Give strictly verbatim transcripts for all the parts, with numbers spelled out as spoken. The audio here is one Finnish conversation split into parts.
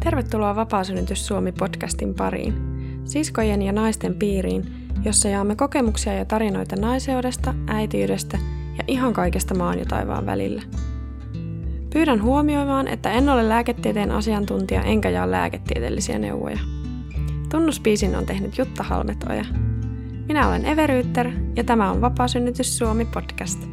Tervetuloa Vapaasynnytys Suomi-podcastin pariin, siskojen ja naisten piiriin, jossa jaamme kokemuksia ja tarinoita naiseudesta, äitiydestä ja ihan kaikesta maan ja taivaan välillä. Pyydän huomioimaan, että en ole lääketieteen asiantuntija enkä jaa lääketieteellisiä neuvoja. Tunnuspiisin on tehnyt Jutta Halmetoja. Minä olen Eve Ryytter ja tämä on Vapaasynnytys Suomi-podcast.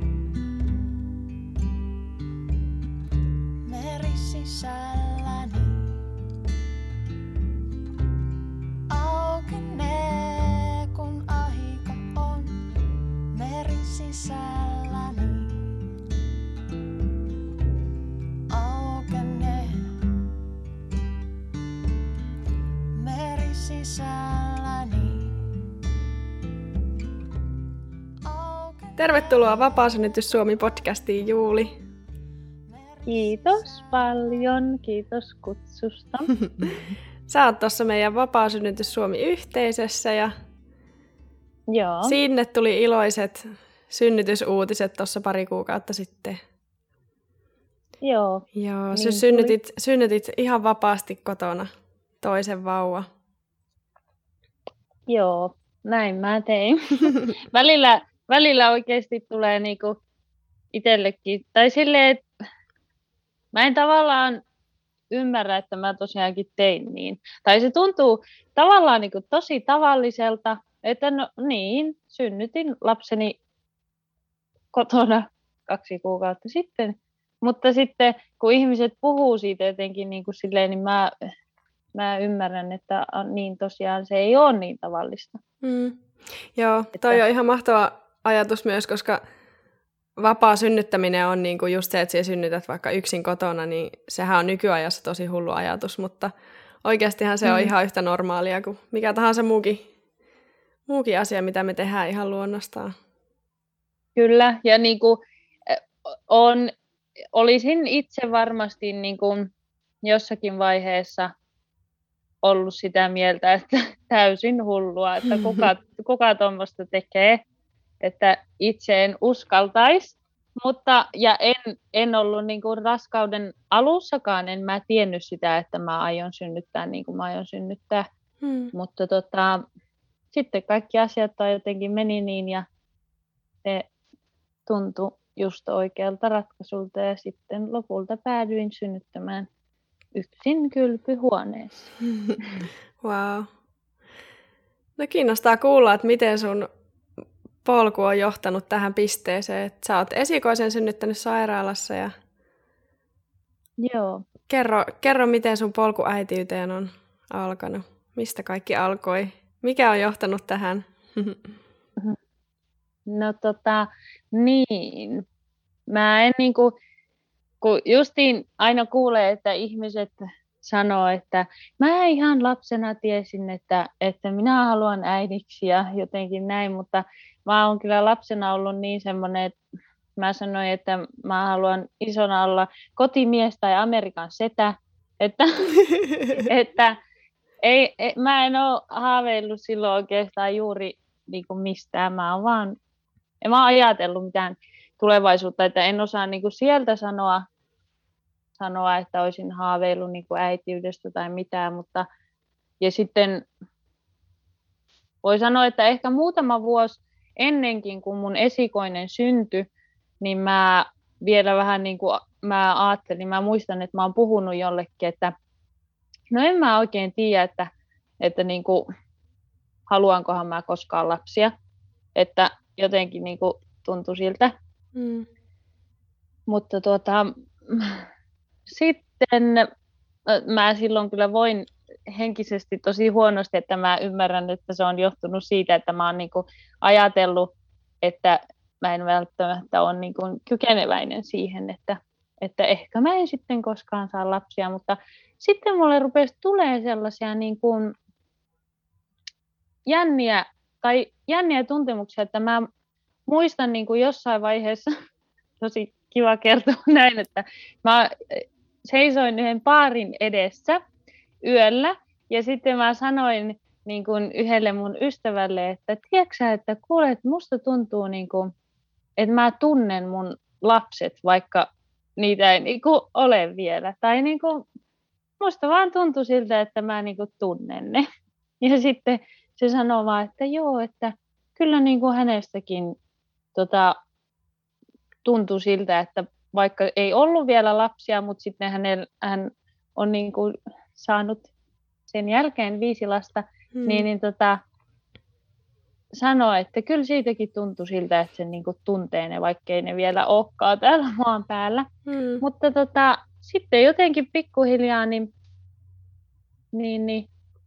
Tervetuloa Vapaasynnytys Suomi-podcastiin, Juuli. Kiitos paljon, kiitos kutsusta. Sä oot tuossa meidän Vapaasynnytys Suomi-yhteisössä ja Joo. Sinne tuli iloiset synnytysuutiset tuossa pari kuukautta sitten. Joo. Joo, niin sä synnytit, synnytit ihan vapaasti kotona toisen vauva. Joo, näin mä tein. välillä, välillä oikeasti tulee niinku itsellekin, tai silleen, että mä en tavallaan ymmärrä, että mä tosiaankin tein niin. Tai se tuntuu tavallaan niinku tosi tavalliselta, että no niin, synnytin lapseni kotona kaksi kuukautta sitten. Mutta sitten kun ihmiset puhuu siitä jotenkin niin kuin silleen, niin mä, mä ymmärrän, että niin tosiaan se ei ole niin tavallista. Mm. Joo, toi on ihan mahtava ajatus myös, koska vapaa synnyttäminen on niin kuin just se, että sinä synnytät vaikka yksin kotona, niin sehän on nykyajassa tosi hullu ajatus, mutta oikeastihan se mm. on ihan yhtä normaalia kuin mikä tahansa muukin, muukin asia, mitä me tehdään ihan luonnostaan. Kyllä, ja niin kuin on... Olisin itse varmasti niin kuin jossakin vaiheessa ollut sitä mieltä, että täysin hullua, että kuka, kuka tuommoista tekee, että itse en uskaltaisi. Mutta, ja en, en ollut niin kuin raskauden alussakaan, en mä tiennyt sitä, että mä aion synnyttää niin kuin mä aion synnyttää. Hmm. Mutta tota, sitten kaikki asiat jotenkin meni niin ja se tuntui just oikealta ratkaisulta ja sitten lopulta päädyin synnyttämään yksin kylpyhuoneessa. Wow. No kiinnostaa kuulla, että miten sun polku on johtanut tähän pisteeseen, että sä oot esikoisen synnyttänyt sairaalassa ja Joo. Kerro, kerro, miten sun polku äitiyteen on alkanut, mistä kaikki alkoi, mikä on johtanut tähän? No tota, niin. Mä en niinku, kun justiin aina kuulee, että ihmiset sanoo, että mä ihan lapsena tiesin, että, että minä haluan äidiksi ja jotenkin näin, mutta mä oon kyllä lapsena ollut niin semmoinen, että mä sanoin, että mä haluan isona olla kotimies tai Amerikan setä, että, että ei, ei, mä en ole haaveillut silloin oikeastaan juuri niin kuin mistään, mä oon vaan, en mä oon ajatellut mitään tulevaisuutta, että en osaa niin kuin sieltä sanoa, sanoa, että olisin haaveillut niin kuin äitiydestä tai mitään, mutta ja sitten voi sanoa, että ehkä muutama vuosi ennenkin, kun mun esikoinen syntyi, niin mä vielä vähän niin kuin mä ajattelin, mä muistan, että mä oon puhunut jollekin, että no en mä oikein tiedä, että, että niin kuin, haluankohan mä koskaan lapsia, että jotenkin niin kuin tuntui siltä. Mm. Mutta tuota, sitten mä silloin kyllä voin henkisesti tosi huonosti, että mä ymmärrän, että se on johtunut siitä, että mä oon niinku ajatellut, että mä en välttämättä ole niinku kykeneväinen siihen, että, että ehkä mä en sitten koskaan saa lapsia, mutta sitten mulle rupesi tulemaan sellaisia niinku jänniä, tai jänniä tuntemuksia, että mä muistan niin kuin jossain vaiheessa, tosi kiva kertoa näin, että mä seisoin yhden baarin edessä yöllä ja sitten mä sanoin niin kuin yhdelle mun ystävälle, että tiedätkö sä, että kuule, että musta tuntuu, niin kuin, että mä tunnen mun lapset, vaikka niitä ei niin kuin ole vielä. Tai niin kuin, musta vaan tuntui siltä, että mä niinku tunnen ne. Ja sitten se sanoi vaan, että joo, että kyllä niinku hänestäkin tota, tuntui siltä, että vaikka ei ollut vielä lapsia, mutta sitten hänellä, hän on niinku saanut sen jälkeen viisi lasta, hmm. niin, niin tota, sanoi, että kyllä siitäkin tuntui siltä, että se niinku tuntee ne, vaikkei ne vielä olekaan täällä maan päällä. Hmm. Mutta tota, sitten jotenkin pikkuhiljaa, niin, niin, niin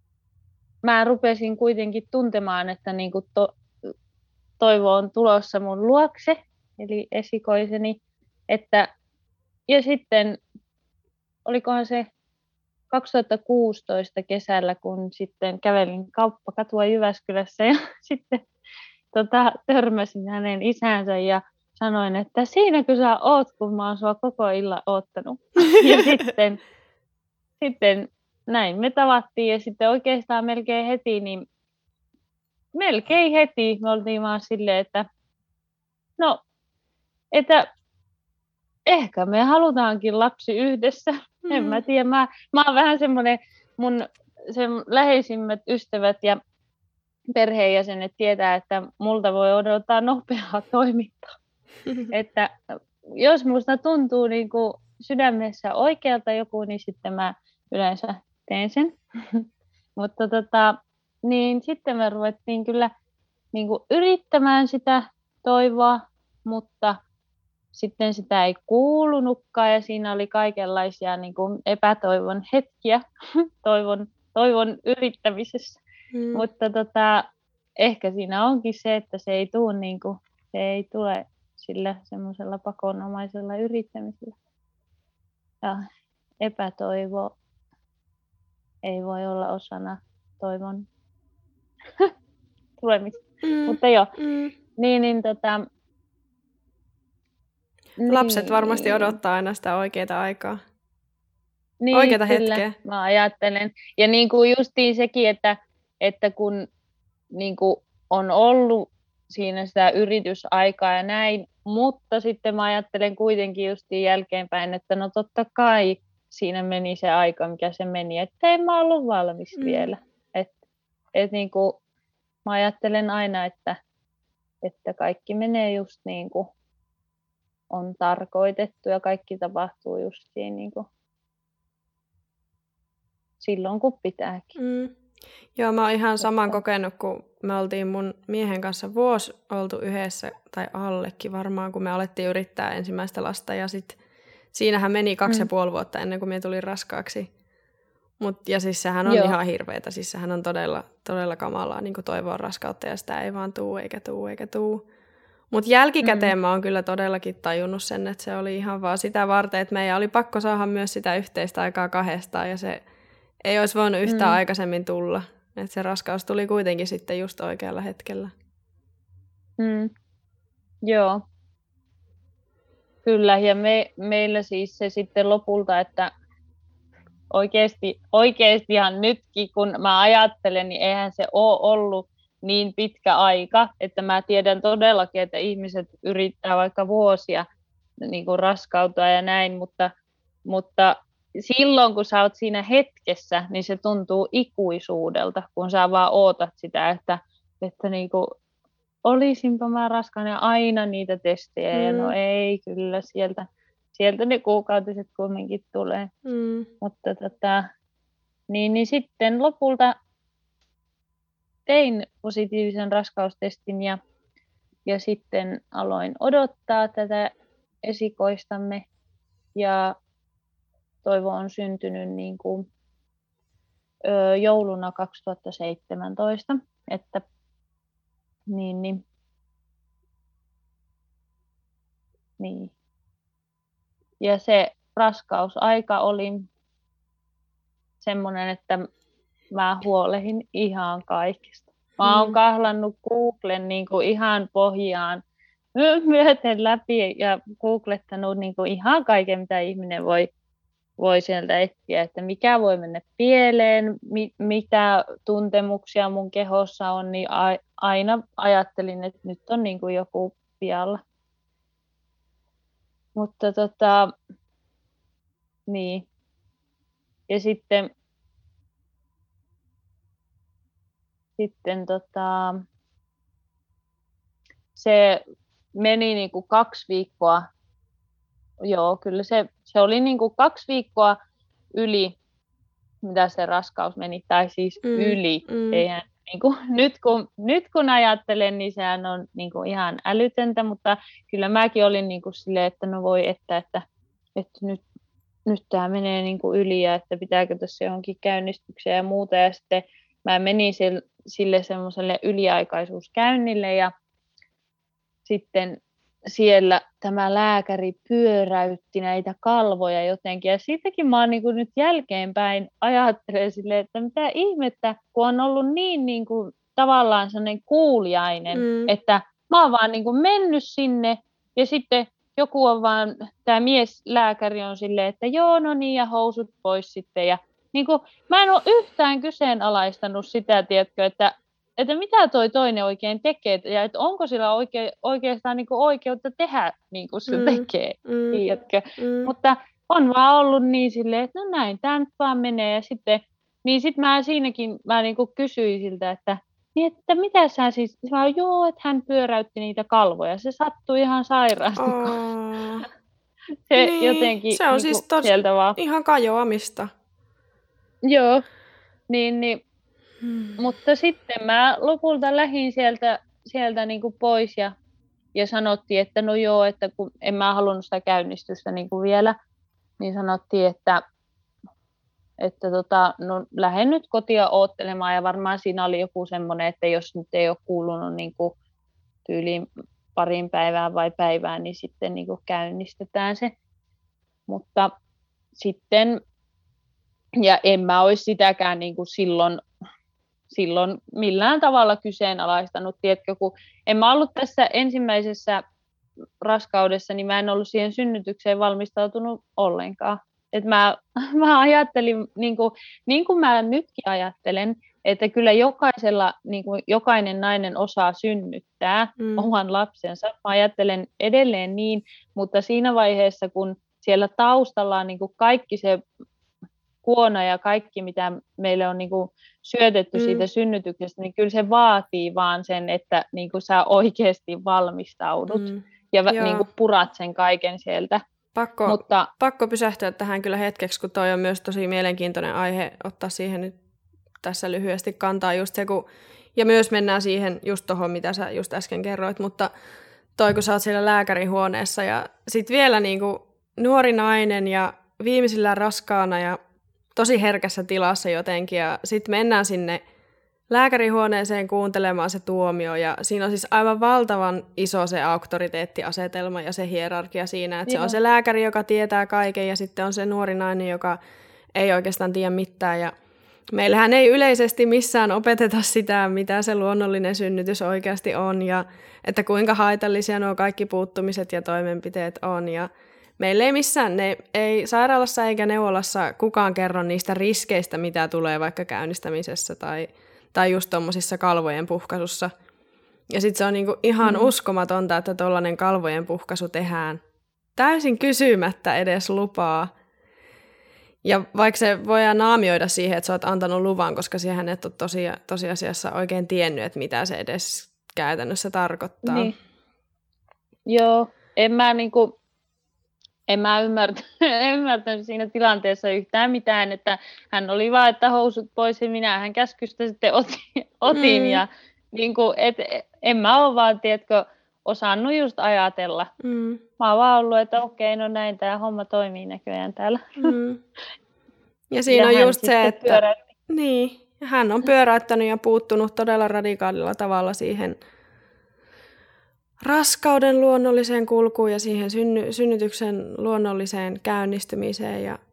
mä rupesin kuitenkin tuntemaan, että niinku to, Toivo on tulossa mun luokse, eli esikoiseni. Että, ja sitten, olikohan se kaksituhattakuusitoista kesällä, kun sitten kävelin Kauppakatua Jyväskylässä ja sitten tota, törmäsin hänen isänsä ja sanoin, että siinäkö sä oot, kun mä oon sua koko illan oottanut. Ja sitten, sitten näin me tavattiin ja sitten oikeastaan melkein heti, niin melkein heti me oltiin vaan silleen, että no, että ehkä me halutaankin lapsi yhdessä. Mm. En mä tiedä. Mä, mä oon vähän semmoinen, mun sen läheisimmät ystävät ja perheenjäsenet tietää, että multa voi odottaa nopeaa toimintaa. Että jos musta tuntuu niin kuin sydämessä oikealta joku, niin sitten mä yleensä teen sen. Mutta tota, niin sitten me ruvettiin kyllä niin kuin yrittämään sitä toivoa, mutta sitten sitä ei kuulunutkaan ja siinä oli kaikenlaisia niin kuin epätoivon hetkiä toivon, toivon yrittämisessä. Mm. Mutta tota, ehkä siinä onkin se, että se ei, tuu, niin kuin, se ei tule sillä semmoisella pakonomaisella yrittämisellä. Ja epätoivo ei voi olla osana toivon tulemista. Mm. Mutta joo, mm. niin, niin tota, lapset varmasti niin odottaa aina sitä oikeaa aikaa. Niin, oikeata kyllä, hetkeä. Mä ajattelen. Ja niin kuin justiin sekin, että, että kun niin kuin on ollut siinä sitä yritysaikaa ja näin, mutta sitten mä ajattelen kuitenkin justiin jälkeenpäin, että no totta kai siinä meni se aika, mikä se meni, että en mä ollut valmis mm. vielä. Että et niin kuin, mä ajattelen aina, että, että kaikki menee just niin kuin on tarkoitettu ja kaikki tapahtuu just siinä niin kuin silloin, kun pitääkin. Mm. Joo, mä oon ihan saman kokenut, kun me oltiin mun miehen kanssa vuosi oltu yhdessä, tai allekin varmaan, kun me alettiin yrittää ensimmäistä lasta. Ja sit siinähän meni kaksi mm. ja puoli vuotta ennen kuin me tulin raskaaksi. Mut, ja siis sehän on Joo. ihan hirveetä. Siis sehän on todella, todella kamalaa niin kuin toivoa raskautta, ja sitä ei vaan tuu, eikä tuu, eikä tuu. Mutta jälkikäteen mm. mä oon kyllä todellakin tajunnut sen, että se oli ihan vaan sitä varten, että meidän oli pakko saada myös sitä yhteistä aikaa kahdestaan, ja se ei olisi voinut yhtään mm. aikaisemmin tulla. Että se raskaus tuli kuitenkin sitten just oikealla hetkellä. Mm. Joo. Kyllä, ja me, meillä siis se sitten lopulta, että oikeasti, oikeastihan nytkin, kun mä ajattelen, niin eihän se ole ollut niin pitkä aika, että mä tiedän todellakin, että ihmiset yrittää vaikka vuosia niin kuin raskautua ja näin, mutta, mutta silloin, kun sä oot siinä hetkessä, niin se tuntuu ikuisuudelta, kun sä vaan ootat sitä, että, että niin kuin, olisinpa mä raskaana ja aina niitä testejä, mm. ja no ei, kyllä sieltä, sieltä ne kuukautiset kumminkin tulee. Mm. Mutta tota, niin, niin sitten lopulta tein positiivisen raskaustestin ja, ja sitten aloin odottaa tätä esikoistamme ja Toivo on syntynyt niin kuin, ö, jouluna kaksituhattaseitsemäntoista, että niin, niin, niin. Ja se raskausaika oli semmoinen, että mä huolehin ihan kaikista. Mä oon mm. kahlannut Googlen niin kuin ihan pohjaan myöten läpi ja googlettanut niin kuin ihan kaiken, mitä ihminen voi voi sieltä etsiä, että mikä voi mennä pieleen, mi- mitä tuntemuksia mun kehossa on, niin a- aina ajattelin, että nyt on niin kuin joku pialla. Mutta tota, niin. Ja sitten, sitten tota, se meni niin kuin kaksi viikkoa. Joo, kyllä se, se oli niin kuin kaksi viikkoa yli, mitä se raskaus meni, tai siis Mm, yli. mm. Eihän, niin kuin, nyt, kun, nyt kun ajattelen, niin sehän on niin kuin ihan älytöntä, mutta kyllä mäkin olin niin kuin silleen, että no voi, että, että, että nyt, nyt tämä menee niin kuin yli ja että pitääkö tässä johonkin käynnistykseen ja muuta. Ja sitten mä menin sille, sille semmoiselle yliaikaisuuskäynnille ja sitten siellä tämä lääkäri pyöräytti näitä kalvoja jotenkin. Ja siitäkin mä oon niin kuin nyt jälkeenpäin ajattelen silleen, että mitä ihmettä, kun on ollut niin, niin kuin tavallaan sellainen kuuliainen, Mm. että mä oon vaan niin kuin mennyt sinne ja sitten joku on vaan, tämä mieslääkäri on silleen, että joo, no niin, ja housut pois sitten. Ja niin kuin, mä en ole yhtään kyseenalaistanut sitä, tiedätkö, että että mitä toi toinen oikein tekee, ja että onko sillä oike, oikeastaan niin kuin oikeutta tehdä niin kuin se Mm, tekee, mm, tiedätkö? mm. Mutta on vaan ollut niin silleen, että no näin, tämä nyt vaan menee, ja sitten, niin sitten mä siinäkin, mä niin kuin kysyin siltä, että, niin että mitä sä siis, mä oon, joo, että hän pyöräytti niitä kalvoja, se sattui ihan sairaasti, kun Aa, se niin, jotenkin se on niin siis kuin tos, sieltä vaan, ihan kajoamista. joo, niin, niin Hmm. mutta sitten mä lopulta lähdin sieltä, sieltä niin kuin pois ja, ja sanottiin, että no joo, että kun en mä halunnut sitä käynnistystä niin kuin vielä, niin sanottiin, että, että tota, no lähden nyt kotia oottelemaan ja varmaan siinä oli joku semmoinen, että jos nyt ei ole kuulunut niin kuin tyyliin parin päivään vai päivään, niin sitten niin kuin käynnistetään se. Mutta sitten, ja en mä olisi sitäkään niin kuin silloin silloin millään tavalla kyseenalaistanut, tiedätkö, kun en mä ollut tässä ensimmäisessä raskaudessa, niin mä en ollut siihen synnytykseen valmistautunut ollenkaan. Et mä, mä ajattelin, niin kuin, niin kuin mä nytkin ajattelen, että kyllä jokaisella, niin kuin jokainen nainen osaa synnyttää mm. oman lapsensa. Mä ajattelen edelleen niin, mutta siinä vaiheessa, kun siellä taustalla on niin kuin kaikki se kuona ja kaikki, mitä meille on niin kuin syötetty mm. siitä synnytyksestä, niin kyllä se vaatii vaan sen, että niin kuin sä oikeasti valmistaudut mm. ja niin kuin purat sen kaiken sieltä. Pakko, Mutta, pakko pysähtyä tähän kyllä hetkeksi, kun toi on myös tosi mielenkiintoinen aihe ottaa siihen nyt tässä lyhyesti kantaa just se, kun, ja myös mennään siihen just tohon, mitä sä just äsken kerroit, mutta toi, kun sä oot siellä lääkärihuoneessa ja sit vielä niin kuin nuori nainen ja viimeisillä raskaana ja tosi herkässä tilassa jotenkin, ja sitten mennään sinne lääkärihuoneeseen kuuntelemaan se tuomio, ja siinä on siis aivan valtavan iso se auktoriteettiasetelma ja se hierarkia siinä, että Joo. se on se lääkäri, joka tietää kaiken, ja sitten on se nuori nainen, joka ei oikeastaan tiedä mitään, ja meillähän ei yleisesti missään opeteta sitä, mitä se luonnollinen synnytys oikeasti on, ja että kuinka haitallisia nuo kaikki puuttumiset ja toimenpiteet on, ja meillä ei missään, ne, ei sairaalassa eikä neuvolassa kukaan kerro niistä riskeistä, mitä tulee vaikka käynnistämisessä tai, tai just tuommoisissa kalvojen puhkaisussa. Ja sitten se on niinku ihan mm. uskomatonta, että tuollainen kalvojen puhkaisu tehdään täysin kysymättä edes lupaa. Ja vaikka se voidaan naamioida siihen, että sä oot antanut luvan, koska siihen et ole tosia, tosiasiassa oikein tiennyt, että mitä se edes käytännössä tarkoittaa. Niin. Joo, en mä niinku... En mä ymmärtänyt, ymmärtänyt siinä tilanteessa yhtään mitään, että hän oli vaan, että housut pois ja minä hän käskystä sitten otin. otin mm. ja niin kuin, et, en mä ole vaan, tiedätkö, osannut just ajatella. Mm. Mä oon vaan ollut, että okei, no näin tämä homma toimii näköjään täällä. Mm. Ja siinä ja on just se, että pyöräytti. Niin, hän on pyöräyttänyt ja puuttunut todella radikaalilla tavalla siihen raskauden luonnolliseen kulkuun ja siihen synny- synnytyksen luonnolliseen käynnistymiseen. Ja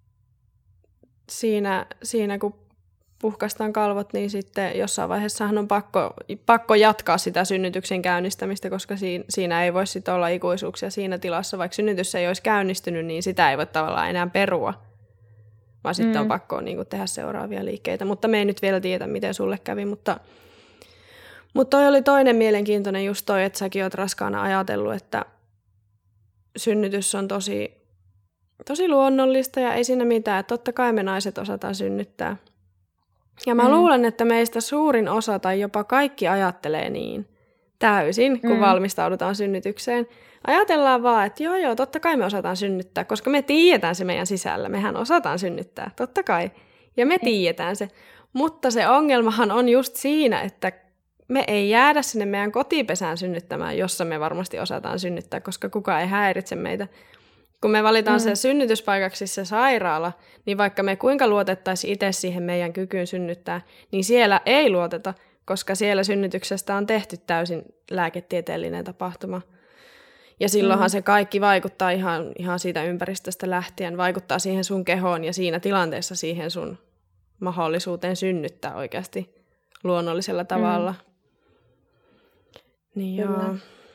siinä, siinä kun puhkaistaan kalvot, niin sitten jossain vaiheessahan on pakko, pakko jatkaa sitä synnytyksen käynnistämistä, koska siinä, siinä ei voi sitten olla ikuisuuksia siinä tilassa. Vaikka synnytys ei olisi käynnistynyt, niin sitä ei voi tavallaan enää perua, vaan sitten mm. on pakko niin kuin tehdä seuraavia liikkeitä. Mutta me ei nyt vielä tiedä, miten sulle kävi, mutta Mutta toi oli toinen mielenkiintoinen just toi, että säkin oot raskaana ajatellut, että synnytys on tosi tosi luonnollista ja ei siinä mitään. Totta kai me naiset osataan synnyttää. Ja mä Mm. luulen, että meistä suurin osa tai jopa kaikki ajattelee niin täysin, kun Mm. valmistaudutaan synnytykseen. Ajatellaan vaan, että joo joo, totta kai me osataan synnyttää, koska me tiedetään se meidän sisällä. Mehän osataan synnyttää, totta kai. Ja me tiedetään se. Mutta se ongelmahan on just siinä, että me ei jäädä sinne meidän kotipesään synnyttämään, jossa me varmasti osataan synnyttää, koska kukaan ei häiritse meitä. Kun me valitaan mm. se synnytyspaikaksi se sairaala, niin vaikka me kuinka luotettaisiin itse siihen meidän kykyyn synnyttää, niin siellä ei luoteta, koska siellä synnytyksestä on tehty täysin lääketieteellinen tapahtuma. Ja silloinhan mm. se kaikki vaikuttaa ihan, ihan siitä ympäristöstä lähtien, vaikuttaa siihen sun kehoon ja siinä tilanteessa siihen sun mahdollisuuteen synnyttää oikeasti luonnollisella tavalla. Mm. Niin joo.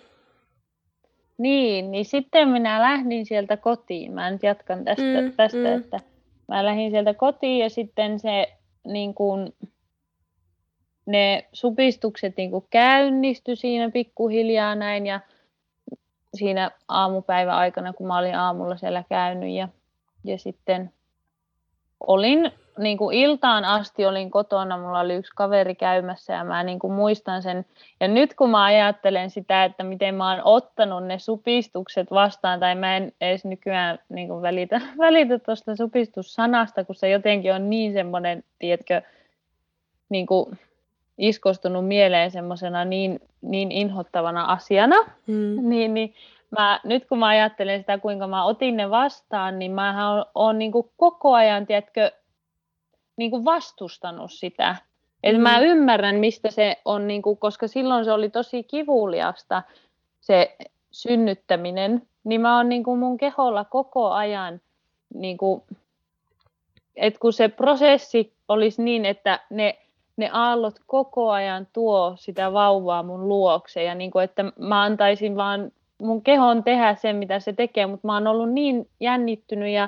Niin, niin sitten minä lähdin sieltä kotiin. Mä nyt jatkan tästä, Mm, tästä mm. että mä lähdin sieltä kotiin ja sitten se niin kuin, ne supistukset niin kuin käynnistyi siinä pikkuhiljaa näin ja siinä aamupäivän aikana, kun mä olin aamulla siellä käynyt ja, ja sitten olin niin kuin iltaan asti olin kotona, mulla oli yksi kaveri käymässä ja mä niin kuin muistan sen. Ja nyt kun mä ajattelen sitä, että miten mä oon ottanut ne supistukset vastaan, tai mä en edes nykyään niin kuin välitä, välitä tuosta supistussanasta, kun se jotenkin on niin semmoinen, tiedätkö, niin kuin iskostunut mieleen semmoisena niin, niin inhottavana asiana, Mm. niin, niin mä, nyt kun mä ajattelen sitä, kuinka mä otin ne vastaan, niin mähän oon, oon niin kuin koko ajan, tiedätkö, niin kuin vastustanut sitä. Et Mm. mä ymmärrän, mistä se on, niin kuin, koska silloin se oli tosi kivuliasta, se synnyttäminen, niin mä oon niin kuin mun keholla koko ajan, niin kuin, että kun se prosessi olisi niin, että ne, ne aallot koko ajan tuo sitä vauvaa mun luokse, ja niin kuin, että mä antaisin vaan mun kehon tehdä sen, mitä se tekee, mutta mä oon ollut niin jännittynyt ja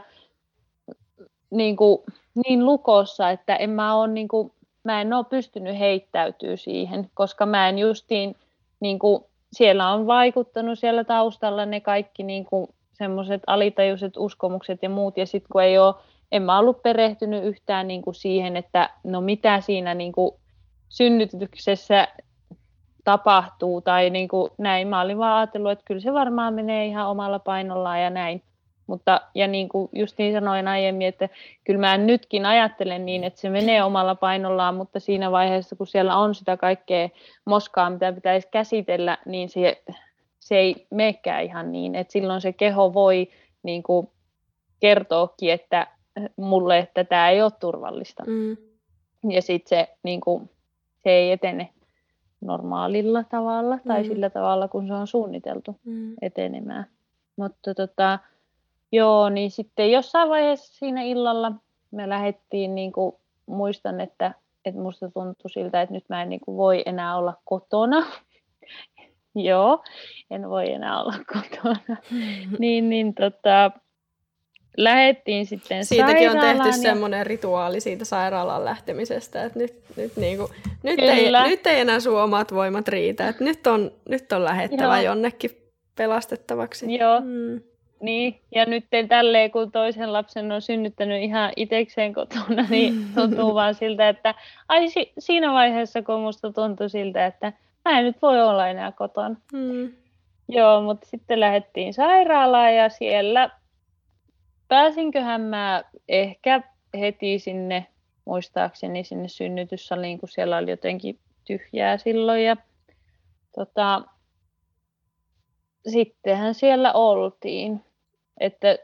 niin kuin, niin lukossa, että en mä, ole, niin kuin, mä en ole pystynyt heittäytyä siihen, koska mä en justiin, niin kuin, siellä on vaikuttanut siellä taustalla ne kaikki niin kuin, semmoiset alitajuiset uskomukset ja muut, ja sitten kun ei ole, en mä ollut perehtynyt yhtään niin kuin siihen, että no mitä siinä niin kuin, synnytyksessä tapahtuu, tai niin kuin, näin, mä olin vaan ajatellut, että kyllä se varmaan menee ihan omalla painollaan ja näin. Mutta, ja niin kuin just niin sanoin aiemmin, että kyllä mä nytkin ajattelen niin, että se menee omalla painollaan, mutta siinä vaiheessa, kun siellä on sitä kaikkea moskaa, mitä pitäisi käsitellä, niin se, se ei menekään ihan niin. Että silloin se keho voi niin kuin kertoakin että mulle, että tämä ei ole turvallista. Mm. Ja sitten se, niin kuin, se ei etene normaalilla tavalla tai Mm. sillä tavalla, kun se on suunniteltu Mm. etenemään. Mutta tota... Joo, niin sitten jossain vaiheessa siinä illalla me lähdettiin, niin kuin, muistan, että, että musta tuntui siltä, että nyt mä en niin kuin, voi enää olla kotona. Joo, en voi enää olla kotona. niin, niin tota, lähdettiin sitten Siitäkin on tehty ja... semmoinen rituaali siitä sairaalaan lähtemisestä, että nyt, nyt, niin kuin, nyt, ei, nyt ei enää sun omat voimat riitä, että nyt on, nyt on lähettävä Joo. jonnekin pelastettavaksi. Joo. Mm. Niin, ja nyt tälleen, kun toisen lapsen on synnyttänyt ihan itsekseen kotona, niin tuntuu vaan siltä, että ai si- siinä vaiheessa, kun musta tuntui siltä, että mä en nyt voi olla enää kotona. Mm. Joo, mutta sitten lähdettiin sairaalaan ja siellä pääsinköhän mä ehkä heti sinne, muistaakseni sinne synnytyssaliin, kun siellä oli jotenkin tyhjää silloin. Ja tota, sittenhän siellä oltiin. Että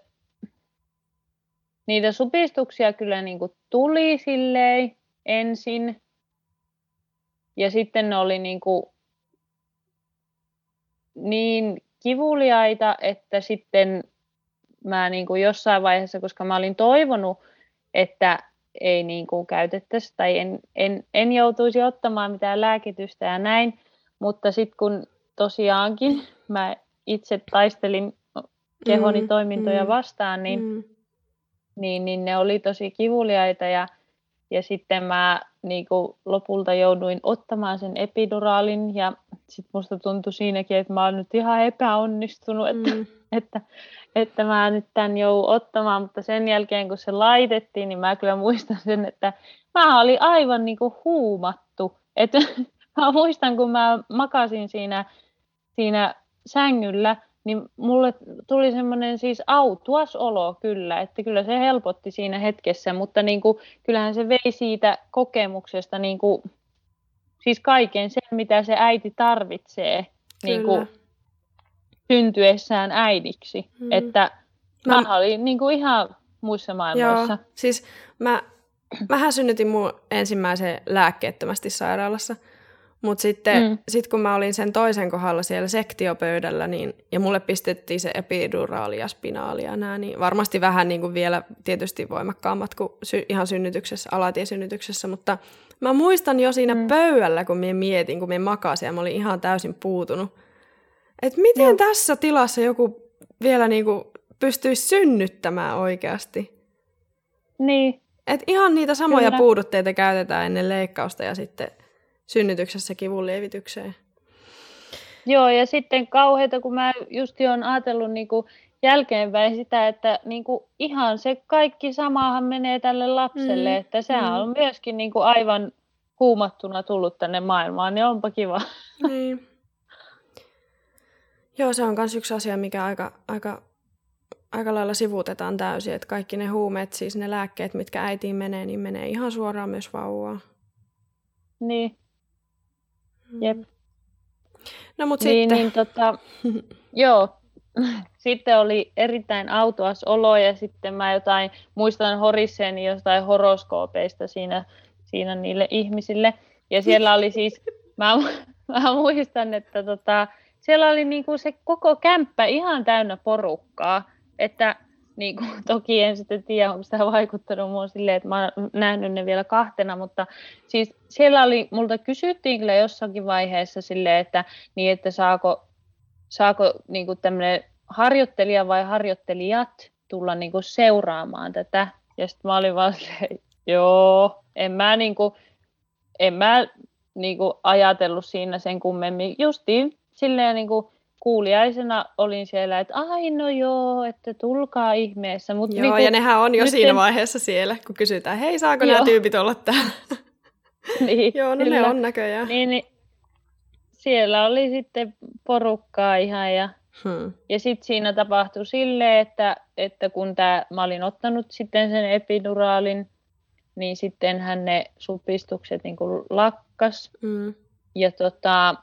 niitä supistuksia kyllä niin kuin tuli silleen ensin. Ja sitten ne oli niin, kuin niin kivuliaita, että sitten mä niin kuin jossain vaiheessa, koska mä olin toivonut, että ei niin kuin käytettäisi tai en, en, en joutuisi ottamaan mitään lääkitystä ja näin. Mutta sitten kun tosiaankin mä itse taistelin kehoni mm, toimintoja mm, vastaan, niin, mm. niin, niin ne oli tosi kivuliaita ja, ja sitten mä niin kuin lopulta jouduin ottamaan sen epiduraalin ja sitten musta tuntui siinäkin, että mä oon nyt ihan epäonnistunut, että, mm. että, että mä nyt tämän joudun ottamaan, mutta sen jälkeen kun se laitettiin, niin mä kyllä muistan sen, että mä olin aivan niin kuin huumattu. Että mä muistan, kun mä makasin siinä, siinä sängyllä, niin mulle tuli semmoinen siis autuas olo kyllä, että kyllä se helpotti siinä hetkessä, mutta niin kuin, kyllähän se vei siitä kokemuksesta niin kuin, siis kaiken sen, mitä se äiti tarvitsee niin kuin, syntyessään äidiksi. Mm. Että mä, mä olin niin kuin, ihan muissa maailmoissa. Joo, siis mä, mähän synnytin mun ensimmäisen lääkkeettömästi sairaalassa. Mutta sitten mm. sit kun mä olin sen toisen kohdalla siellä sektiopöydällä, niin, ja mulle pistettiin se epiduraali ja spinaali ja nää, niin varmasti vähän niin kuin vielä tietysti voimakkaammat kuin sy- ihan synnytyksessä, alatiesynnytyksessä, mutta mä muistan jo siinä mm. pöydällä, kun mä mietin, kun mä makasin ja mä olin ihan täysin puutunut, että miten mm. tässä tilassa joku vielä niin kuin pystyisi synnyttämään oikeasti. Niin. Että ihan niitä samoja Kyllä. puudutteita käytetään ennen leikkausta ja sitten synnytyksessä kivun lievitykseen. Joo, ja sitten kauheita, kun mä just olen ajatellut niin kuin jälkeenpäin sitä, että niin kuin ihan se kaikki samahan menee tälle lapselle, mm. että sehän mm. on myöskin niin kuin aivan huumattuna tullut tänne maailmaan, niin onpa kiva. Niin. Joo, se on myös yksi asia, mikä aika, aika, aika lailla sivuutetaan täysin, että kaikki ne huumeet, siis ne lääkkeet, mitkä äitiin menee, niin menee ihan suoraan myös vauvaan. Niin. Jep. No mut niin, sitten. Niin, tota, joo, sitten oli erittäin autuas olo ja sitten mä jotain, muistan horisseeni jostain horoskoopeista siinä, siinä niille ihmisille. Ja siellä oli siis, mä, mä muistan, että tota, siellä oli niinku se koko kämppä ihan täynnä porukkaa, että niin kuin, toki en sitten tiedä, onko sitä vaikuttanut mua silleen, että mä oon nähnyt ne vielä kahtena, mutta siis siellä oli, multa kysyttiin kyllä jossakin vaiheessa silleen, että, niin, että saako, saako niin kuin tämmöinen harjoittelija vai harjoittelijat tulla niin kuin seuraamaan tätä. Ja sitten mä olin vaan silleen, joo, en mä, niin kuin, en mä niin kuin ajatellut siinä sen kummemmin. Justiin silleen niin kuin kuuliaisena olin siellä, että ai no joo, että tulkaa ihmeessä. Mut joo, niinku, ja nehän on jo siinä en... vaiheessa siellä, kun kysytään, hei saako joo. nämä tyypit olla täällä? niin, joo, no kyllä. ne on näköjään. Niin, niin, siellä oli sitten porukkaa ihan ja, hmm. ja sitten siinä tapahtui silleen, että, että kun tää, mä olin ottanut sitten sen epiduraalin, niin sittenhän ne supistukset niin kuin lakkas. Hmm. Ja tota...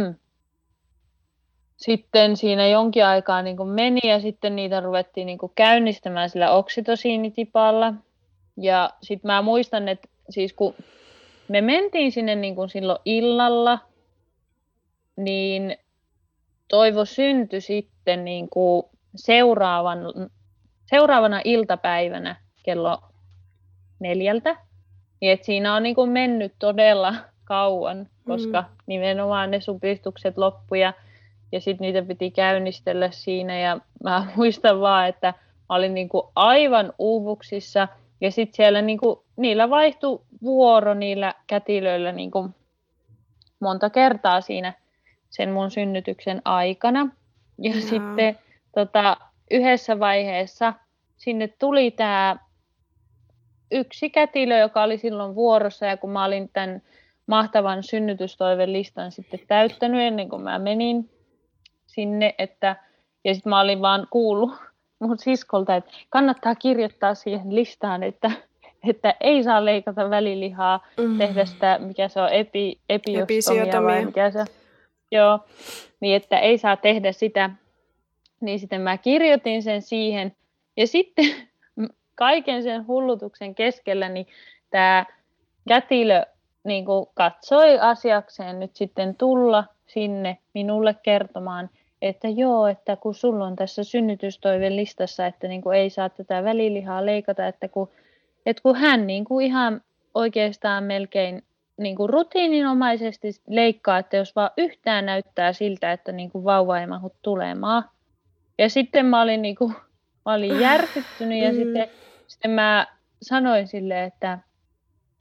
Sitten siinä jonkin aikaa niin kuin meni ja sitten niitä ruvettiin niin kuin käynnistämään sillä oksitosiinitipalla. Ja sitten mä muistan, että siis kun me mentiin sinne niin kuin silloin illalla, niin Toivo syntyi sitten niin kuin seuraavan, seuraavana iltapäivänä kello neljältä. Niin että siinä on niin kuin mennyt todella kauan, koska mm. nimenomaan ne supistukset loppuja. Ja sitten niitä piti käynnistellä siinä ja mä muistan vaan, että mä olin niinku aivan uuvuksissa. Ja sitten siellä niinku, niillä vaihtui vuoro niillä kätilöillä niinku monta kertaa siinä sen mun synnytyksen aikana. Ja Jaa. sitten tota, yhdessä vaiheessa sinne tuli tämä yksi kätilö, joka oli silloin vuorossa. Ja kun mä olin tämän mahtavan synnytystoivelistan sitten täyttänyt ennen kuin mä menin sinne, että, ja sitten mä olin vaan kuullut mun siskolta, että kannattaa kirjoittaa siihen listaan, että, että ei saa leikata välilihaa, mm. tehdä sitä, mikä se on, epi, epiostomia vai mikä se on. Joo, niin että ei saa tehdä sitä. Niin sitten mä kirjoitin sen siihen, ja sitten kaiken sen hullutuksen keskellä, niin tämä kätilö niin kuin katsoi asiakseen nyt sitten tulla sinne minulle kertomaan, että joo, että kun sulla on tässä synnytystoivelistassa, että niin kuin ei saa tätä välilihaa leikata, että kun, että kun hän niin kuin ihan oikeastaan melkein niin kuin rutiininomaisesti leikkaa, että jos vaan yhtään näyttää siltä, että niin kuin vauva ei mahdu tulemaan. Ja sitten mä olin, niin kuin, mä olin järkyttynyt ja mm. sitten, sitten mä sanoin sille, että,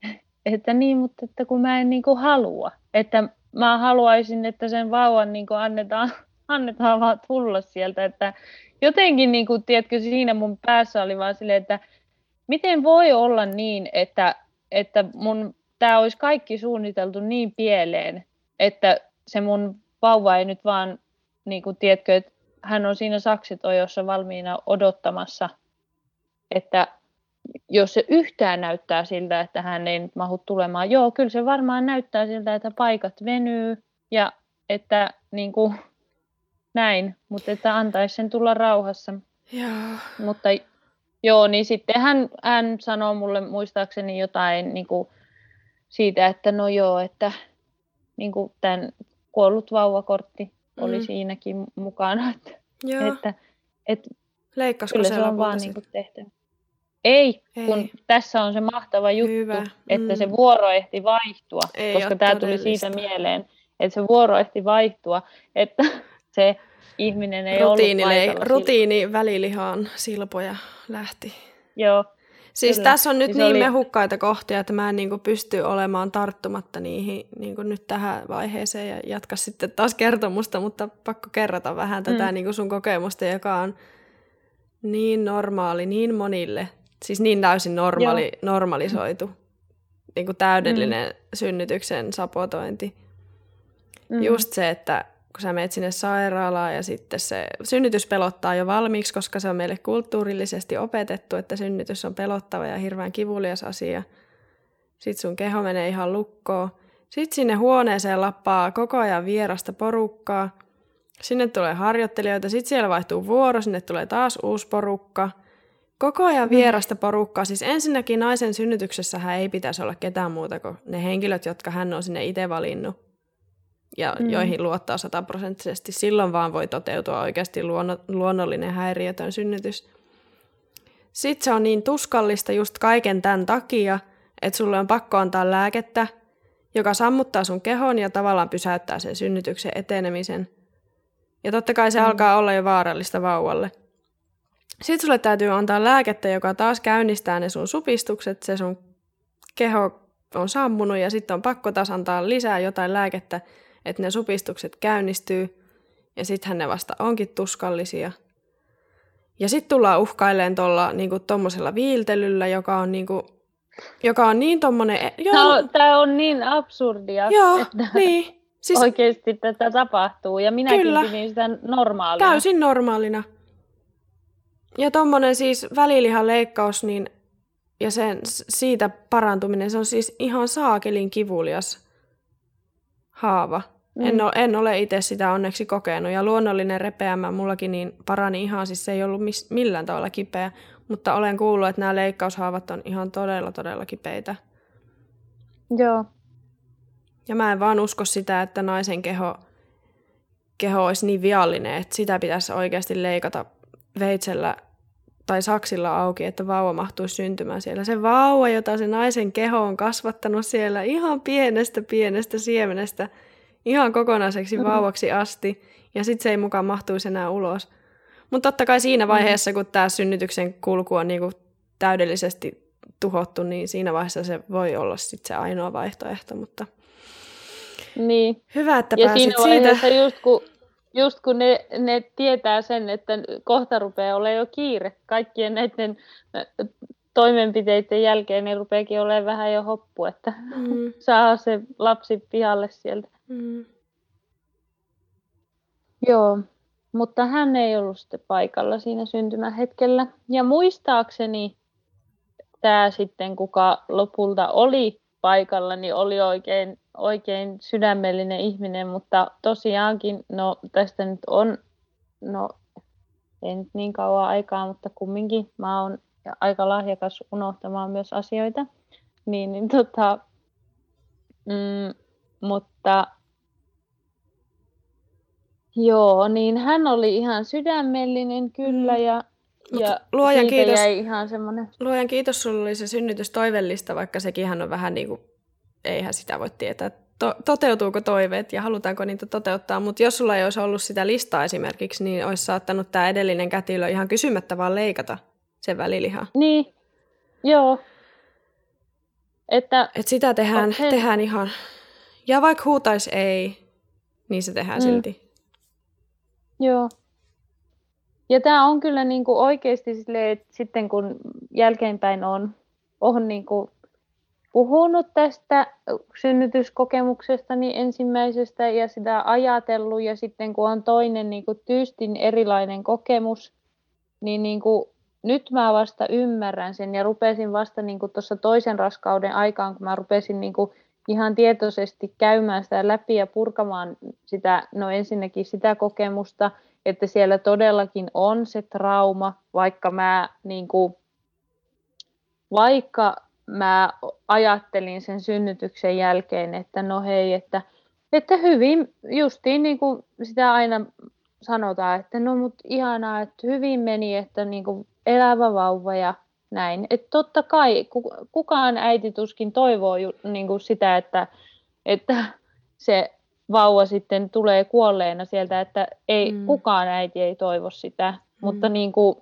että niin, mutta että kun mä en niin kuin halua. Että mä haluaisin, että sen vauvan niin kuin annetaan, annetaan vaan tulla sieltä. Että jotenkin, niin kuin, tiedätkö, siinä mun päässä oli vaan silleen, että miten voi olla niin, että, että mun tämä olisi kaikki suunniteltu niin pieleen, että se mun vauva ei nyt vaan, niin kuin, tiedätkö, että hän on siinä saksitojossa valmiina odottamassa, että jos se yhtään näyttää siltä, että hän ei nyt mahdu tulemaan. Joo, kyllä se varmaan näyttää siltä, että paikat venyy ja että niin kuin, näin, mutta että antaisi sen tulla rauhassa. Joo. Mutta joo, niin sitten hän, hän sanoo mulle muistaakseni jotain niin kuin siitä, että no joo, että niin kuin tämän kuollut vauvakortti mm. oli siinäkin mukana. Että, joo. että, että Leikkasko kyllä se se on vaan niin kuin tehty. Ei, Ei, kun tässä on se mahtava juttu, Hyvä. että mm. se vuoro ehti vaihtua, Ei koska tämä tuli siitä mieleen, että se vuoro ehti vaihtua, että se ihminen ei Rutiini, ollut paikalla. Rutiini välilihaan silpoja lähti. Joo. Siis kyllä. Tässä on nyt siis niin oli... mehukkaita kohtia, että mä en niin kuin pysty olemaan tarttumatta niihin niin kuin nyt tähän vaiheeseen ja jatka sitten taas kertomusta, mutta pakko kerrata vähän tätä mm. niin kuin sun kokemusta, joka on niin normaali, niin monille. Siis niin täysin normaali, normalisoitu, niin kuin täydellinen mm. synnytyksen sabotointi. Mm. Just se, että kun sä menet sinne sairaalaan ja sitten se synnytys pelottaa jo valmiiksi, koska se on meille kulttuurillisesti opetettu, että synnytys on pelottava ja hirveän kivulias asia. Sitten sun keho menee ihan lukkoon. Sitten sinne huoneeseen lappaa koko ajan vierasta porukkaa. Sinne tulee harjoittelijoita, sitten siellä vaihtuu vuoro, sinne tulee taas uusi porukka. Koko ajan vierasta porukkaa. Siis ensinnäkin naisen synnytyksessähän ei pitäisi olla ketään muuta kuin ne henkilöt, jotka hän on sinne itse valinnut ja mm. joihin luottaa sataprosenttisesti. Silloin vaan voi toteutua oikeasti luonno, luonnollinen häiriötön synnytys. Sitten se on niin tuskallista just kaiken tämän takia, että sulle on pakko antaa lääkettä, joka sammuttaa sun kehon ja tavallaan pysäyttää sen synnytyksen etenemisen. Ja totta kai se mm. alkaa olla jo vaarallista vauvalle. Sitten sulle täytyy antaa lääkettä, joka taas käynnistää ne sun supistukset, se sun keho on sammunut ja sitten on pakko taas antaa lisää jotain lääkettä, että ne supistukset käynnistyy ja sittenhän ne vasta onkin tuskallisia. Ja sitten tullaan uhkailemaan tuolla niinku tommosella viiltelyllä, joka on niinku, joka on niin tommonen... No, tämä on niin absurdia, joo, että niin. Siis, oikeasti tätä tapahtuu ja minäkin kyllä, pidin sitä normaalina. Täysin normaalina. Ja tommonen siis välilihan leikkaus, niin, ja sen, siitä parantuminen, se on siis ihan saakelin kivulias haava. Mm. En, ole, en ole itse sitä onneksi kokenut. Ja luonnollinen repeämä mullakin niin parani ihan, siis se ei ollut mis, millään tavalla kipeä. Mutta olen kuullut, että nämä leikkaushaavat on ihan todella, todella kipeitä. Joo. Ja mä en vaan usko sitä, että naisen keho, keho olisi niin viallinen, että sitä pitäisi oikeasti leikata veitsellä tai saksilla auki, että vauva mahtuisi syntymään siellä. Se vauva, jota se naisen keho on kasvattanut siellä ihan pienestä pienestä siemenestä ihan kokonaiseksi vauvaksi asti, ja sitten se ei mukaan mahtuisi enää ulos. Mutta totta kai siinä vaiheessa, kun tämä synnytyksen kulku on niinku täydellisesti tuhottu, niin siinä vaiheessa se voi olla sit se ainoa vaihtoehto, mutta niin. Hyvä, että ja pääsit siinä vaiheessa siitä. Just kun, just kun ne, ne tietää sen, että kohta rupeaa olemaan jo kiire kaikkien näiden toimenpiteiden jälkeen, niin rupeakin olemaan vähän jo hoppu, että mm. saa se lapsi pihalle sieltä. Mm. Joo, mutta hän ei ollut sitten paikalla siinä syntymähetkellä. Ja muistaakseni tämä sitten, kuka lopulta oli paikalla, niin oli oikein, oikein sydämellinen ihminen, mutta tosiaankin, no tästä nyt on, no ei nyt niin kauan aikaa, mutta kumminkin mä oon aika lahjakas unohtamaan myös asioita, niin, niin tota, mm, mutta joo, niin hän oli ihan sydämellinen kyllä ja Ja luojan kiitos, jäi ihan semmoinen. Luojan kiitos, sulla oli se synnytys toivellista, vaikka sekin on vähän niin kuin, eihän sitä voi tietää, to, toteutuuko toiveet ja halutaanko niitä toteuttaa, mutta jos sulla ei olisi ollut sitä listaa esimerkiksi, niin olisi saattanut tämä edellinen kätilö ihan kysymättä vaan leikata sen välilihan. Niin, joo. Että Et sitä tehdään, se, tehdään ihan, ja vaikka huutais ei, niin se tehdään mm. silti. Joo. Ja tämä on kyllä niinku oikeasti silleen, että sitten kun jälkeenpäin on, on niinku puhunut tästä synnytyskokemuksestani ensimmäisestä ja sitä ajatellut, ja sitten kun on toinen niinku tyystin erilainen kokemus, niin niinku, nyt mä vasta ymmärrän sen ja rupesin vasta niinku tuossa toisen raskauden aikaan, kun mä rupesin niinku ihan tietoisesti käymään sitä läpi ja purkamaan sitä, no ensinnäkin sitä kokemusta, että siellä todellakin on se trauma, vaikka mä, niinku, vaikka mä ajattelin sen synnytyksen jälkeen, että no hei, että, että hyvin, justiin niin kuin sitä aina sanotaan, että no mut ihanaa, että hyvin meni, että niin kuin elävä vauva ja näin. Että totta kai kukaan äiti tuskin toivoo niin kuin sitä, että, että se vauva sitten tulee kuolleena sieltä, että ei, mm. kukaan äiti ei toivo sitä, mm. mutta niin kuin,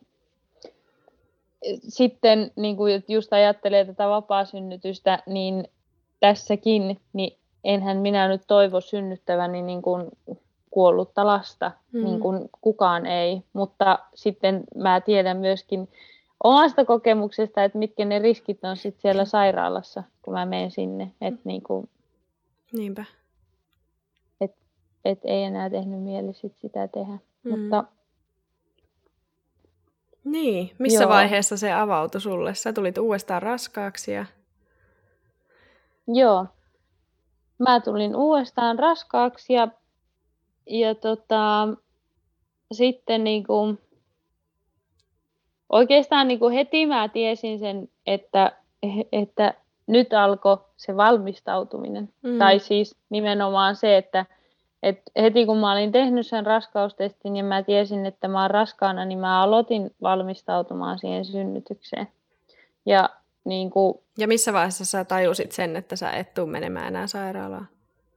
sitten niin kuin just ajattelee tätä vapaasynnytystä, niin tässäkin, niin enhän minä nyt toivo synnyttäväni niin kuin kuollutta lasta, mm. niin kuin kukaan ei, mutta sitten mä tiedän myöskin omasta kokemuksesta, että mitkä ne riskit on sitten siellä sairaalassa, kun mä menen sinne, että niin kuin, niinpä. Et, et ei enää tehnyt mieli sit sitä tehdä, mm. mutta niin, missä Joo. vaiheessa se avautui sulle? Sä tulit uudestaan raskaaksi ja... Joo. Mä tulin uudestaan raskaaksi ja, ja tota, sitten niinku, oikeastaan niinku heti mä tiesin sen, että, että nyt alkoi se valmistautuminen. Mm. Tai siis nimenomaan se, että et heti kun mä olin tehnyt sen raskaustestin ja mä tiesin, että mä oon raskaana, niin mä aloitin valmistautumaan siihen synnytykseen. Ja, niin kuin, ja missä vaiheessa sä tajusit sen, että sä et tule menemään enää sairaalaan?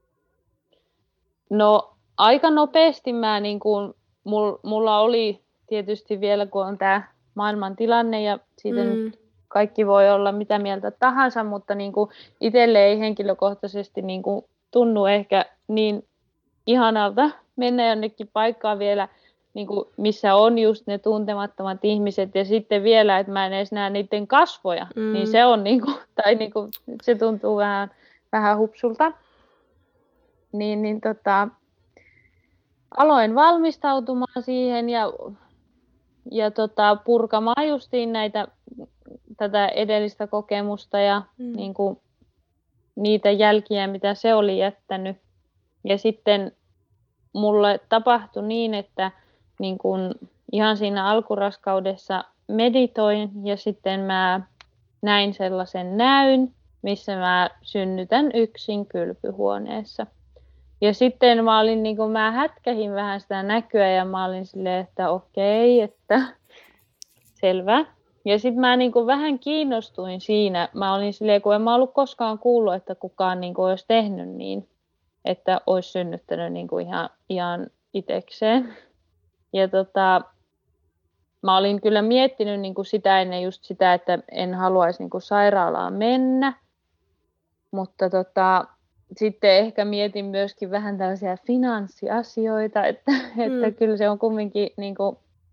No aika nopeasti mä, niin kuin, mulla oli tietysti vielä, kun on tämä maailman tilanne ja siitä mm. nyt kaikki voi olla mitä mieltä tahansa, mutta niin kuin itselle ei henkilökohtaisesti niin kuin tunnu ehkä niin ihanalta mennä jonnekin paikkaan vielä, niin kuin, missä on just ne tuntemattomat ihmiset ja sitten vielä, että mä en edes näe niiden kasvoja, mm. niin se on niin kuin, tai niin kuin, se tuntuu vähän, vähän hupsulta. Niin, niin tota, aloin valmistautumaan siihen ja, ja tota, purkamaan justiin näitä, tätä edellistä kokemusta ja mm. niin kuin, niitä jälkiä, mitä se oli jättänyt. Ja sitten mulle tapahtui niin, että niin kun ihan siinä alkuraskaudessa meditoin ja sitten mä näin sellaisen näyn, missä mä synnytän yksin kylpyhuoneessa. Ja sitten mä olin niin kun mä hätkähin vähän sitä näkyä ja mä olin silleen, että okei, että selvä. Ja sitten mä niin kun vähän kiinnostuin siinä. Mä olin silleen, kun en mä ollut koskaan kuullut, että kukaan niin kun olisi tehnyt niin, että olisi synnyttänyt niin kuin ihan, ihan itekseen. Ja tota, mä olin kyllä miettinyt niin kuin sitä ennen just sitä, että en haluaisi niin kuin sairaalaan mennä. Mutta tota, sitten ehkä mietin myöskin vähän tällaisia finanssiasioita, että, mm. että kyllä se on kumminkin niin kuin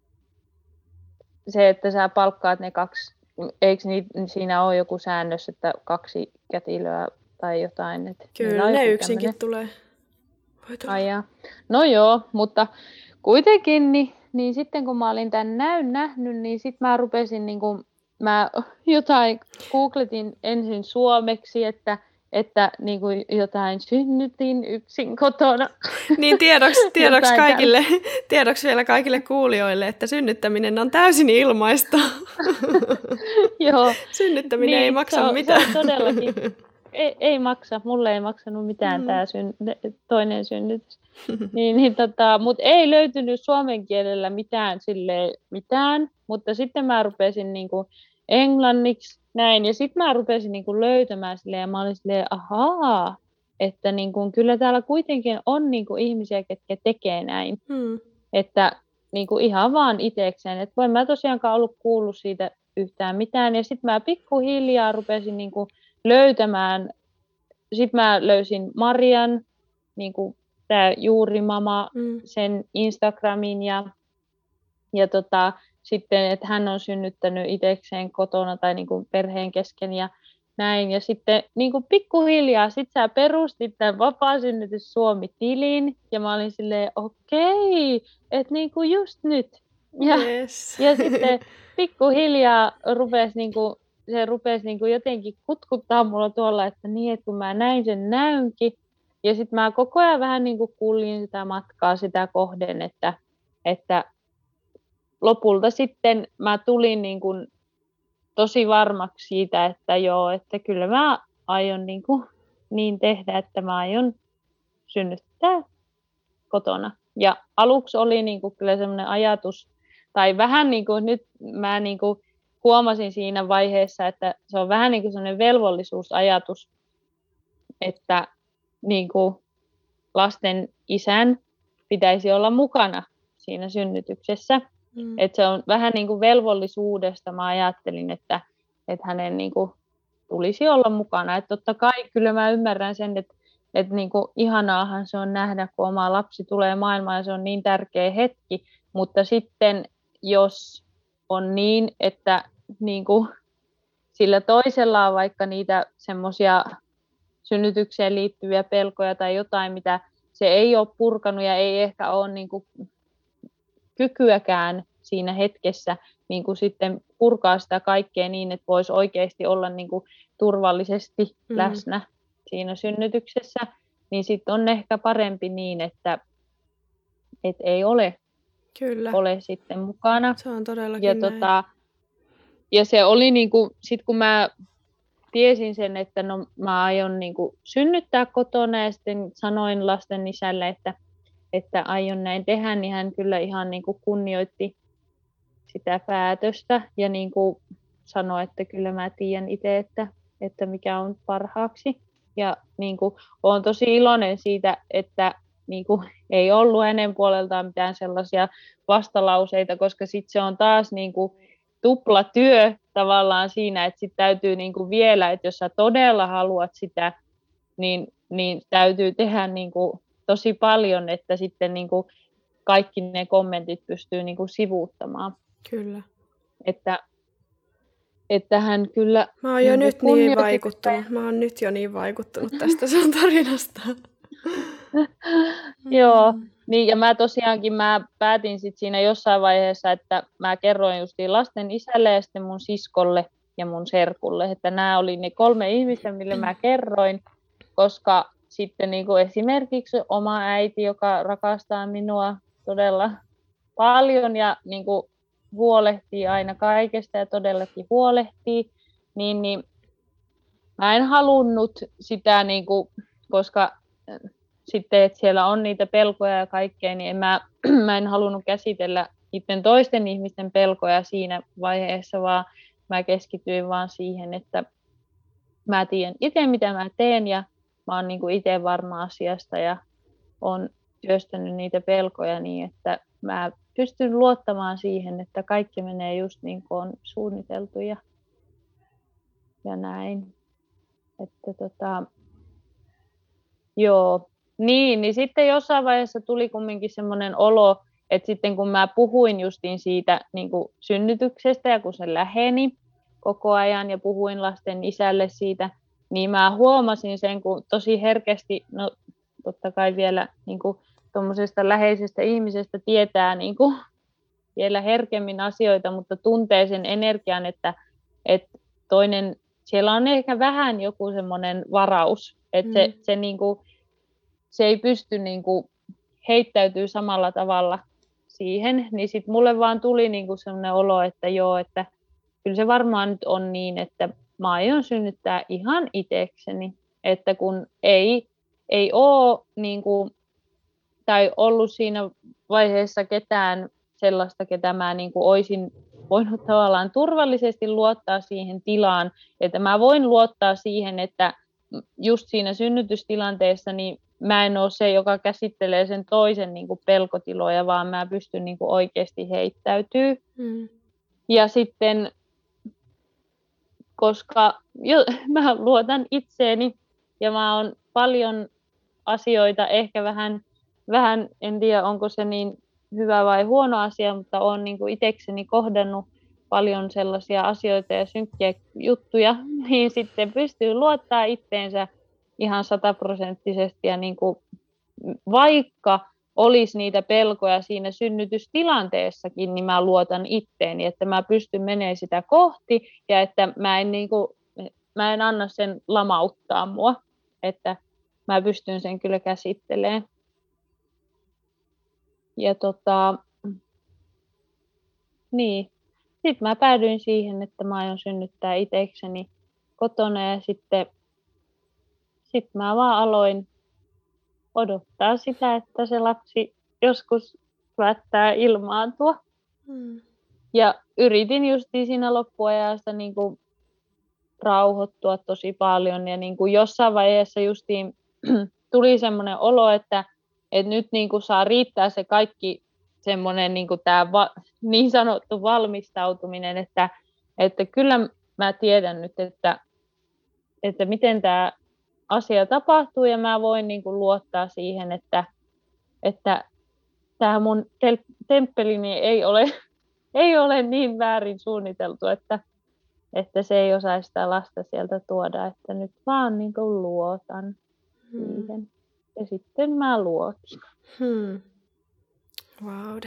se, että sä palkkaat ne kaksi, eikö siinä ole joku säännös, että kaksi kätilöä tai jotain. Että kyllä, ne yksinkin tämmönen tulee. Ai ja. No joo, mutta kuitenkin, niin, niin sitten kun mä olin tämän näyn nähnyt, niin sitten mä rupesin, niin kuin, mä jotain googletin ensin suomeksi, että, että niin kuin jotain synnytin yksin kotona. Niin tiedoksi, tiedoksi, kaikille, tiedoksi vielä kaikille kuulijoille, että synnyttäminen on täysin ilmaista. Joo. Synnyttäminen niin, ei maksa se on, mitään. Se on todellakin. Ei, ei maksa, mulle ei maksanut mitään mm. tämä syn, toinen synnytys. niin, niin, tota, mutta ei löytynyt suomen kielellä mitään, silleen, mitään, mutta sitten mä rupesin niinku englanniksi näin, ja sitten mä rupesin niinku löytämään silleen, ja mä olin silleen, ahaa, että niinku, kyllä täällä kuitenkin on niinku ihmisiä, ketkä tekee näin, mm. että niinku, ihan vaan itekseen, että voin mä tosiaankaan ollut kuullut siitä yhtään mitään, ja sitten mä pikkuhiljaa rupesin niinku löytämään. Sitten mä löysin Marian, niin kuin tämä juurimama, mm. sen Instagramin ja, ja tota, sitten, että hän on synnyttänyt itsekseen kotona tai niin kuin perheen kesken ja näin. Ja sitten niin kuin pikkuhiljaa sit sä perustit tämän Vapaasynnytys Suomi-tilin ja mä olin silleen, okei, että niin kuin just nyt. Ja, yes. ja sitten pikkuhiljaa rupesi niin kuin, se rupesi niin kuin jotenkin kutkuttaa mulla tuolla, että niin, että kun mä näin sen näynkin. Ja sitten mä koko ajan vähän niin kuin kuljin sitä matkaa sitä kohden, että, että lopulta sitten mä tulin niin kuin tosi varmaksi siitä, että joo, että kyllä mä aion niin, kuin niin tehdä, että mä aion synnyttää kotona. Ja aluksi oli niin kuin kyllä semmoinen ajatus, tai vähän niin kuin nyt mä niin kuin huomasin siinä vaiheessa, että se on vähän niin kuin semmoinen velvollisuusajatus, että niin kuin lasten isän pitäisi olla mukana siinä synnytyksessä. Mm. Että se on vähän niin kuin velvollisuudesta. Mä ajattelin, että, että hänen niin kuin tulisi olla mukana. Että totta kai kyllä mä ymmärrän sen, että, että niin kuin ihanaahan se on nähdä, kun oma lapsi tulee maailmaan ja se on niin tärkeä hetki. Mutta sitten jos on niin, että niin kuin sillä toisella on vaikka niitä semmoisia synnytykseen liittyviä pelkoja tai jotain, mitä se ei ole purkanut ja ei ehkä ole niin kuin kykyäkään siinä hetkessä niin kuin sitten purkaa sitä kaikkea niin, että voisi oikeasti olla niin kuin turvallisesti mm. läsnä siinä synnytyksessä, niin sitten on ehkä parempi niin, että, että ei ole, Kyllä. ole sitten mukana. Se on todellakin ja, näin. tota, ja se oli niin kuin, sit kun mä tiesin sen, että no, mä aion niin kuin synnyttää kotona ja sitten sanoin lasten isälle, että että aion näin tehdä, niin hän kyllä ihan niin kuin kunnioitti sitä päätöstä ja niin kuin sanoi, että kyllä mä tiedän itse, että, että mikä on parhaaksi. Ja niin kuin olen tosi iloinen siitä, että niin kuin ei ollut hänen puoleltaan mitään sellaisia vastalauseita, koska sitten se on taas niin kuin tuplatyö tavallaan siinä, että sitten täytyy niin kuin vielä, että jos sä todella haluat sitä, niin, niin täytyy tehdä niin kuin tosi paljon, että sitten niin kuin kaikki ne kommentit pystyy niin kuin sivuuttamaan. Kyllä. Että, että hän kyllä... Mä oon jo nyt niin vaikuttunut. Mä oon nyt jo niin vaikuttunut tästä sun tarinasta. Joo, niin ja mä tosiaankin mä päätin sit siinä jossain vaiheessa, että mä kerroin justiin lasten isälle ja sitten mun siskolle ja mun serkulle, että nämä oli ne kolme ihmistä, mille mä kerroin, koska sitten niin kuin esimerkiksi oma äiti, joka rakastaa minua todella paljon ja niin kuin huolehtii aina kaikesta ja todellakin huolehtii, niin, niin mä en halunnut sitä, niin kuin, koska sitten, että siellä on niitä pelkoja ja kaikkea, niin en mä, mä en halunnut käsitellä niiden toisten ihmisten pelkoja siinä vaiheessa, vaan mä keskityin vaan siihen, että mä tiedän itse, mitä mä teen ja mä oon niin kuin itse varma asiasta ja oon työstänyt niitä pelkoja niin, että mä pystyn luottamaan siihen, että kaikki menee just niin kuin on suunniteltu ja, ja näin. Että tota, joo. Niin, niin sitten jossain vaiheessa tuli kumminkin semmoinen olo, että sitten kun mä puhuin justiin siitä niin kuin synnytyksestä ja kun se läheni koko ajan ja puhuin lasten isälle siitä, niin mä huomasin sen, kun tosi herkästi, no totta kai vielä niin kuin tuommoisesta läheisestä ihmisestä tietää niin kuin vielä herkemmin asioita, mutta tuntee sen energian, että, että toinen, siellä on ehkä vähän joku semmoinen varaus, että mm. se, se, niin kuin, se ei pysty niin kuin heittäytyy samalla tavalla siihen, niin sitten mulle vaan tuli niin kuin semmoinen olo, että joo, että kyllä se varmaan nyt on niin, että mä aion synnyttää ihan itsekseni, että kun ei, ei ole niin kuin, tai ollut siinä vaiheessa ketään sellaista, ketä mä niin kuin olisin voinut tavallaan turvallisesti luottaa siihen tilaan, että mä voin luottaa siihen, että just siinä synnytystilanteessa niin mä en ole se, joka käsittelee sen toisen niin kuin pelkotiloja, vaan mä pystyn niin kuin oikeasti heittäytyy. Mm. Ja sitten koska jo, mä luotan itseeni ja mä oon paljon asioita, ehkä vähän, vähän, en tiedä onko se niin hyvä vai huono asia, mutta olen niin kuin itsekseni kohdannut paljon sellaisia asioita ja synkkiä juttuja, niin sitten pystyy luottaa itteensä ihan sataprosenttisesti ja niin kuin, vaikka olisi niitä pelkoja siinä synnytystilanteessakin, niin mä luotan itteeni, että mä pystyn menemään sitä kohti ja että mä en, niin kuin, mä en anna sen lamauttaa mua, että mä pystyn sen kyllä käsittelemään. Ja tota, niin. Sitten mä päädyin siihen, että mä aion synnyttää itsekseni kotona ja sitten sit mä vaan aloin odottaa sitä, että se lapsi joskus päättää ilmaantua. Hmm. Ja yritin justiin siinä loppuajasta niin kuin rauhoittua tosi paljon ja niin kuin jossain vaiheessa justiin tuli semmoinen olo, että, että nyt niin kuin saa riittää se kaikki semmoinen niin kuin tämä va, niin sanottu valmistautuminen, että, että kyllä mä tiedän nyt, että, että miten tämä asia tapahtuu ja mä voin niin kuin luottaa siihen, että, että tämä mun temppelini ei ole, ei ole niin väärin suunniteltu, että, että se ei osaisi sitä lasta sieltä tuoda, että nyt vaan niin kuin luotan hmm. siihen. Ja sitten mä luotin. Hmm. Wow.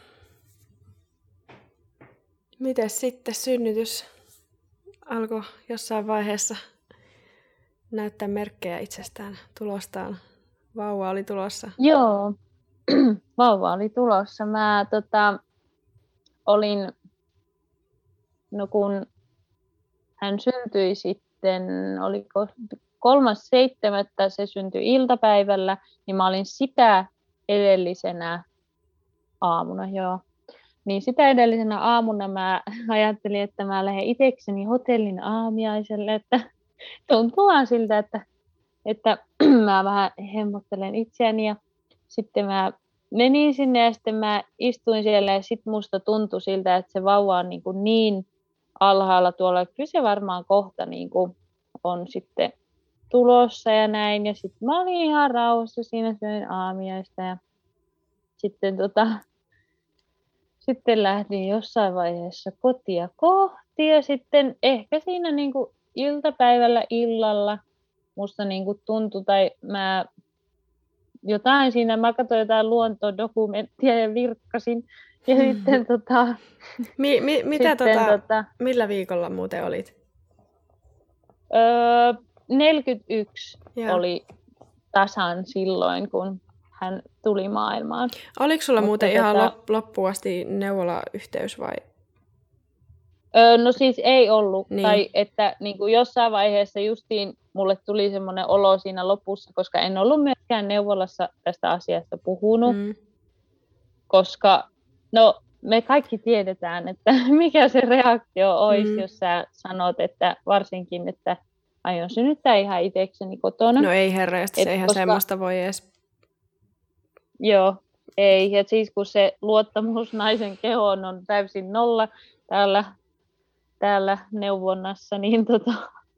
Mites sitten synnytys alkoi jossain vaiheessa näyttää merkkejä itsestään, tulostaan? Vauva oli tulossa. Joo, vauva oli tulossa. Mä tota, olin, no kun hän syntyi sitten, oliko kolmas seitsemättä se syntyi iltapäivällä, niin mä olin sitä edellisenä aamuna, joo. Niin sitä edellisenä aamuna mä ajattelin, että mä lähden itsekseni hotellin aamiaiselle, että tuntuu vaan siltä, että, että mä vähän hemmottelen itseäni ja sitten mä menin sinne ja sitten mä istuin siellä ja sitten musta tuntui siltä, että se vauva on niin, kuin niin alhaalla tuolla, kyllä se varmaan kohta niin kuin on sitten tulossa ja näin ja sitten mä olin ihan rauhassa, siinä söin aamiaista ja sitten tota Sitten lähdin jossain vaiheessa kotia kohti ja sitten ehkä siinä niin kuin iltapäivällä illalla musta niin kuin tuntui, tai mä jotain siinä, mä katsoin jotain luontodokumenttia ja virkkasin. Ja hmm. sitten tota... Mi, mi, mitä sitten, tota, tota millä viikolla muuten olit? Öö, neljäkymmentäyksi Joo. oli tasan silloin, kun hän tuli maailmaan. Oliko sulla Mutta muuten ihan tota... loppuun asti neuvolayhteys vai? Öö, no siis ei ollut. Niin. Tai että niin kuin jossain vaiheessa justiin mulle tuli semmoinen olo siinä lopussa, koska en ollut myöskään neuvolassa tästä asiasta puhunut. Mm. Koska no me kaikki tiedetään, että mikä se reaktio olisi, mm. jos sä sanot, että varsinkin, että aion synnyttää ihan itsekseni kotona. No ei herrajasti, se eihän koska... semmoista voi edes. Joo, ei. Ja siis kun se luottamus naisen kehoon on täysin nolla täällä, täällä neuvonnassa, niin tota,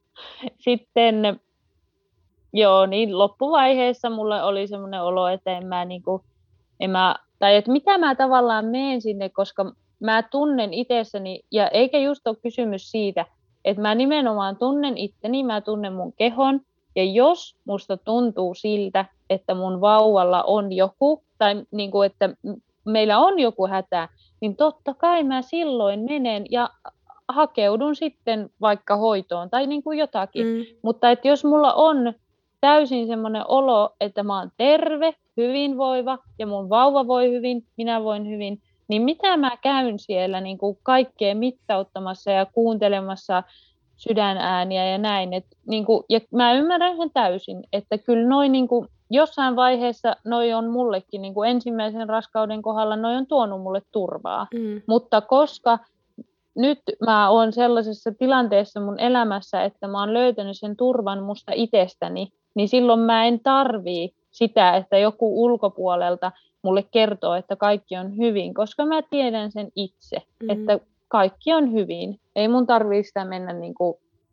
sitten joo, niin loppuvaiheessa mulle oli semmoinen olo, että en mä niinku, en mä, tai että mitä mä tavallaan menen sinne, koska mä tunnen itsessäni, ja eikä just ole kysymys siitä, että mä nimenomaan tunnen itteni, mä tunnen mun kehon, ja jos musta tuntuu siltä, että mun vauvalla on joku, tai niin kuin, että meillä on joku hätä, niin totta kai mä silloin menen ja hakeudun sitten vaikka hoitoon tai niin kuin jotakin. Mm. Mutta että jos mulla on täysin semmoinen olo, että mä oon terve, hyvinvoiva ja mun vauva voi hyvin, minä voin hyvin, niin mitä mä käyn siellä niin kuin kaikkea mittauttamassa ja kuuntelemassa sydänääniä ja näin. Et, niin kuin, ja mä ymmärrän sen täysin, että kyllä noin niin kuin, jossain vaiheessa noi on mullekin niin kuin ensimmäisen raskauden kohdalla noi on tuonut mulle turvaa. Mm. Mutta koska nyt mä oon sellaisessa tilanteessa mun elämässä, että mä oon löytänyt sen turvan musta itsestäni, niin silloin mä en tarvii sitä, että joku ulkopuolelta mulle kertoo, että kaikki on hyvin, koska mä tiedän sen itse, mm. että kaikki on hyvin. Ei mun tarvii sitä mennä niin kuin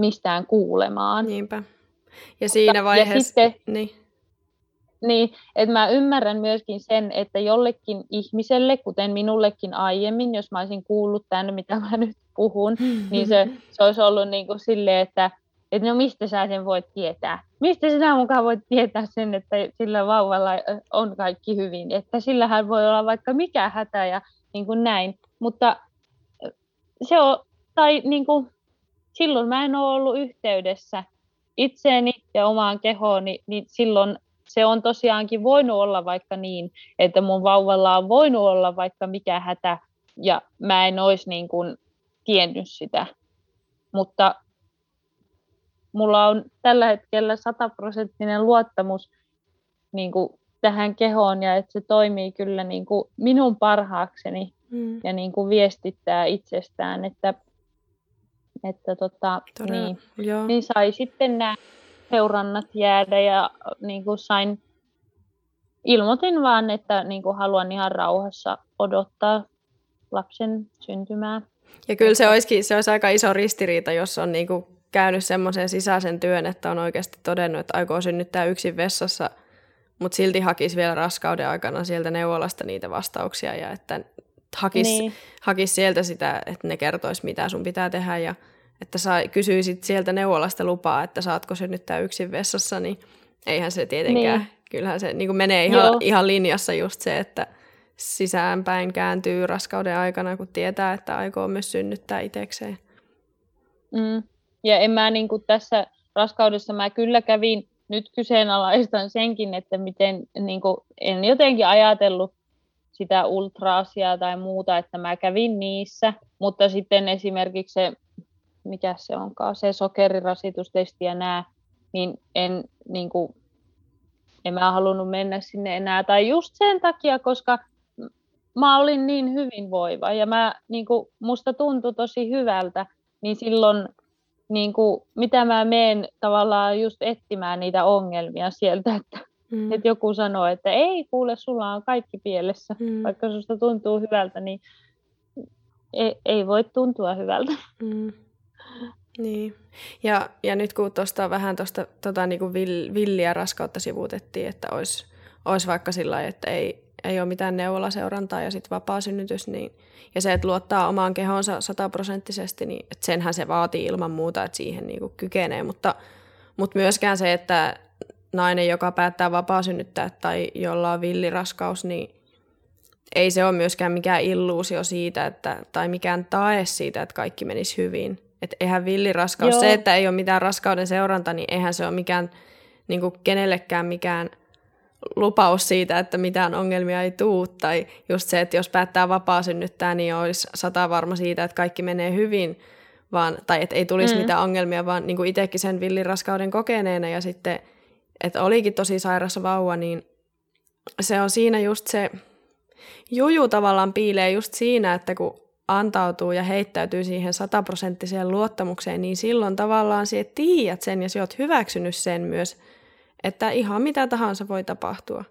mistään kuulemaan. Niinpä. Ja siinä Mutta, vaiheessa... Ja sitten, niin. Niin, että mä ymmärrän myöskin sen, että jollekin ihmiselle, kuten minullekin aiemmin, jos mä olisin kuullut tänne, mitä mä nyt puhun, niin se, se olisi ollut niin kuin silleen, että, että no mistä sä sen voit tietää? Mistä sinä mukaan voit tietää sen, että sillä vauvalla on kaikki hyvin? Että sillähän voi olla vaikka mikä hätä ja niin kuin näin. Mutta se on, tai niin kuin, silloin mä en ole ollut yhteydessä itseeni ja omaan kehooni, niin silloin se on tosiaankin voinut olla vaikka niin, että mun vauvalla on voinut olla vaikka mikä hätä, ja mä en olisi niin kuin tiennyt sitä. Mutta mulla on tällä hetkellä sataprosenttinen luottamus niin kuin tähän kehoon, ja että se toimii kyllä niin kuin minun parhaakseni, mm. ja niin kuin viestittää itsestään, että, että tota, niin, niin sai sitten nämä seurannat jäädä, ja niin kuin sain, ilmoitin vaan, että niin kuin haluan ihan rauhassa odottaa lapsen syntymää. Ja kyllä se olisikin, se olisi aika iso ristiriita, jos on niin kuin käynyt semmoisen sisäisen työn, että on oikeasti todennut, että aikoo synnyttää yksin vessassa, mutta silti hakisi vielä raskauden aikana sieltä neuvolasta niitä vastauksia, ja että hakisi, niin. hakisi sieltä sitä, että ne kertoisi, mitä sun pitää tehdä, ja että saa, kysyisit sieltä neuvolasta lupaa, että saatko synnyttää yksin vessassa, niin eihän se tietenkään. Niin. Kyllähän se niin kuin menee ihan, ihan linjassa just se, että sisäänpäin kääntyy raskauden aikana, kun tietää, että aikoo myös synnyttää itsekseen. Mm. Ja en mä niin kuin tässä raskaudessa, mä kyllä kävin, nyt kyseenalaistan senkin, että miten niin kuin, en jotenkin ajatellut sitä ultraasiaa tai muuta, että mä kävin niissä, mutta sitten esimerkiksi se, mikä se onkaan, se sokerirasitustesti ja nää, niin en, niin kuin, en mä halunnut mennä sinne enää. Tai just sen takia, koska mä olin niin hyvinvoiva ja mä, niin kuin, musta tuntui tosi hyvältä, niin silloin niin kuin, mitä mä menen tavallaan just etsimään niitä ongelmia sieltä, että, mm. että joku sanoo, että ei kuule, sulla on kaikki pielessä, mm. vaikka susta tuntuu hyvältä, niin ei, ei voi tuntua hyvältä. Mm. Niin. Ja, ja nyt kun tuosta vähän tuosta tota, niinku vill, villiä raskautta sivuutettiin, että olisi, olisi vaikka sillä lailla, että ei, ei ole mitään neuvolaseurantaa ja sitten vapaasynnytys, niin, ja se, että luottaa omaan kehonsa sataprosenttisesti, niin että senhän se vaatii ilman muuta, että siihen niinku kykenee, mutta, mutta myöskään se, että nainen, joka päättää vapaasynnyttää tai jolla on villiraskaus, niin ei se ole myöskään mikään illuusio siitä, että, tai mikään tae siitä, että kaikki menisi hyvin. Että eihän villiraskaus, Joo. se, että ei ole mitään raskauden seuranta, niin eihän se ole mikään niin kuin kenellekään mikään lupaus siitä, että mitään ongelmia ei tule. Tai just se, että jos päättää vapaasynnyttää, niin olisi sata varma siitä, että kaikki menee hyvin, vaan, tai että ei tulisi mm. mitään ongelmia, vaan niin kuin itsekin sen villiraskauden kokeneena ja sitten, että olikin tosi sairas vauva, niin se on siinä just se juju tavallaan piilee just siinä, että kun antautuu ja heittäytyy siihen sataprosenttiseen luottamukseen, niin silloin tavallaan sinä tiedät sen ja sinä olet hyväksynyt sen myös, että ihan mitä tahansa voi tapahtua.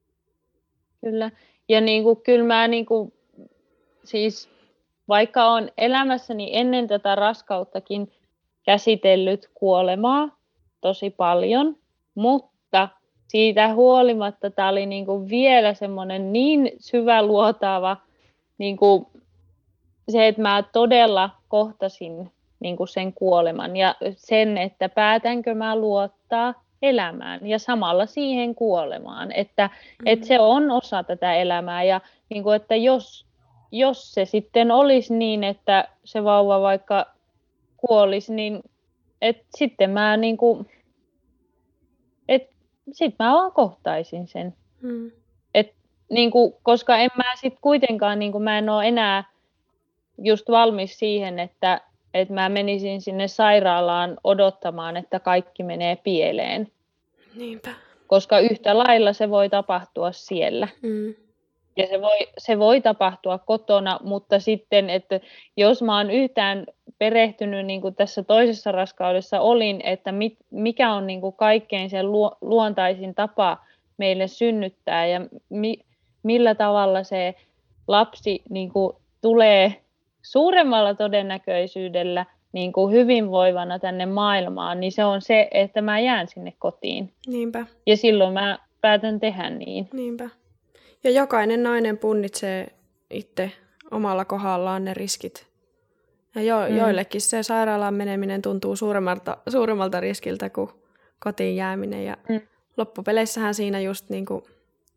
Kyllä. Ja niin kuin, kyllä mä niin kuin, siis vaikka olen elämässäni ennen tätä raskauttakin käsitellyt kuolemaa tosi paljon, mutta siitä huolimatta tämä oli niin kuin vielä semmoinen niin syvä luotaava niin kuin se, että mä todella kohtasin niin kuin sen kuoleman ja sen, että päätänkö mä luottaa elämään ja samalla siihen kuolemaan, että, mm-hmm. että se on osa tätä elämää ja niin kuin, että jos, jos se sitten olisi niin, että se vauva vaikka kuolisi, niin että sitten mä niin kuin, että sit mä vaan kohtaisin sen. Mm. Et, niin kuin, koska en mä sit kuitenkaan, niin kuin mä en ole enää just valmis siihen, että, että mä menisin sinne sairaalaan odottamaan, että kaikki menee pieleen. Niinpä. Koska yhtä lailla se voi tapahtua siellä. Mm. Ja se voi, se voi tapahtua kotona, mutta sitten, että jos mä oon yhtään perehtynyt, niin kuin tässä toisessa raskaudessa olin, että mit, mikä on niin kuin kaikkein se lu, luontaisin tapa meille synnyttää ja mi, millä tavalla se lapsi niin kuin tulee suuremmalla todennäköisyydellä niin kuin hyvinvoivana tänne maailmaan, niin se on se, että mä jään sinne kotiin. Niinpä. Ja silloin mä päätän tehdä niin. Niinpä. Ja jokainen nainen punnitsee itse omalla kohdallaan ne riskit. Ja jo, mm. joillekin se sairaalaan meneminen tuntuu suuremmalta, suuremmalta riskiltä kuin kotiin jääminen. Ja mm. loppupeleissähän siinä just niin kuin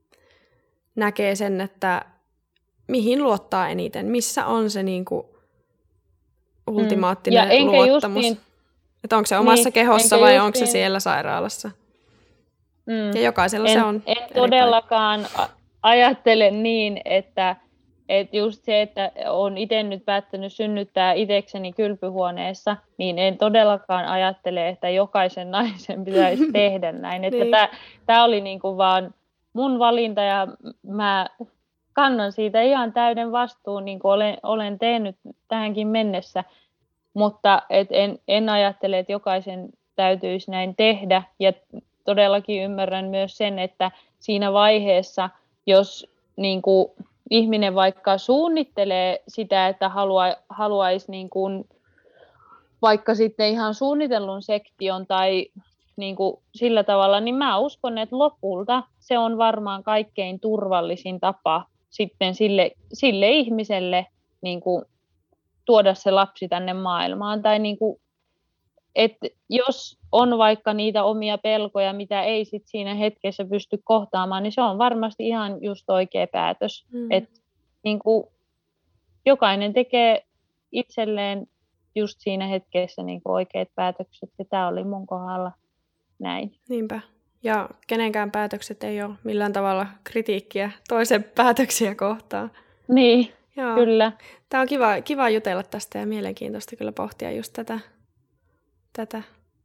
näkee sen, että mihin luottaa eniten, missä on se niin kuin ultimaattinen mm. luottamus. Justiin, että onko se omassa niin, kehossa vai justiin, onko se siellä sairaalassa. Mm. Ja jokaisella en, se on. En todellakaan paikka. ajattele niin, että, että just se, että olen itse nyt päättänyt synnyttää itsekseni kylpyhuoneessa, niin en todellakaan ajattele, että jokaisen naisen pitäisi tehdä näin. Että niin. tämä, tämä oli niin kuin vaan mun valinta ja mä kannan siitä ihan täyden vastuun, niin kuin olen, olen tehnyt tähänkin mennessä, mutta et en, en ajattele, että jokaisen täytyisi näin tehdä. Ja todellakin ymmärrän myös sen, että siinä vaiheessa, jos niin kuin ihminen vaikka suunnittelee sitä, että halua, haluaisi niin kuin vaikka sitten ihan suunnitellun sektion tai niin kuin sillä tavalla, niin mä uskon, että lopulta se on varmaan kaikkein turvallisin tapa sitten sille, sille ihmiselle niin kuin tuoda se lapsi tänne maailmaan. Tai niin kuin, että jos on vaikka niitä omia pelkoja, mitä ei sit siinä hetkessä pysty kohtaamaan, niin se on varmasti ihan just oikea päätös. Mm. Että niin kuin jokainen tekee itselleen just siinä hetkessä niin kuin oikeat päätökset, ja tämä oli mun kohdalla näin. Niinpä. Ja kenenkään päätökset ei ole millään tavalla kritiikkiä toisen päätöksiä kohtaan. Niin, joo. Kyllä. Tämä on kiva, kiva jutella tästä ja mielenkiintoista kyllä pohtia just tätä. tätä.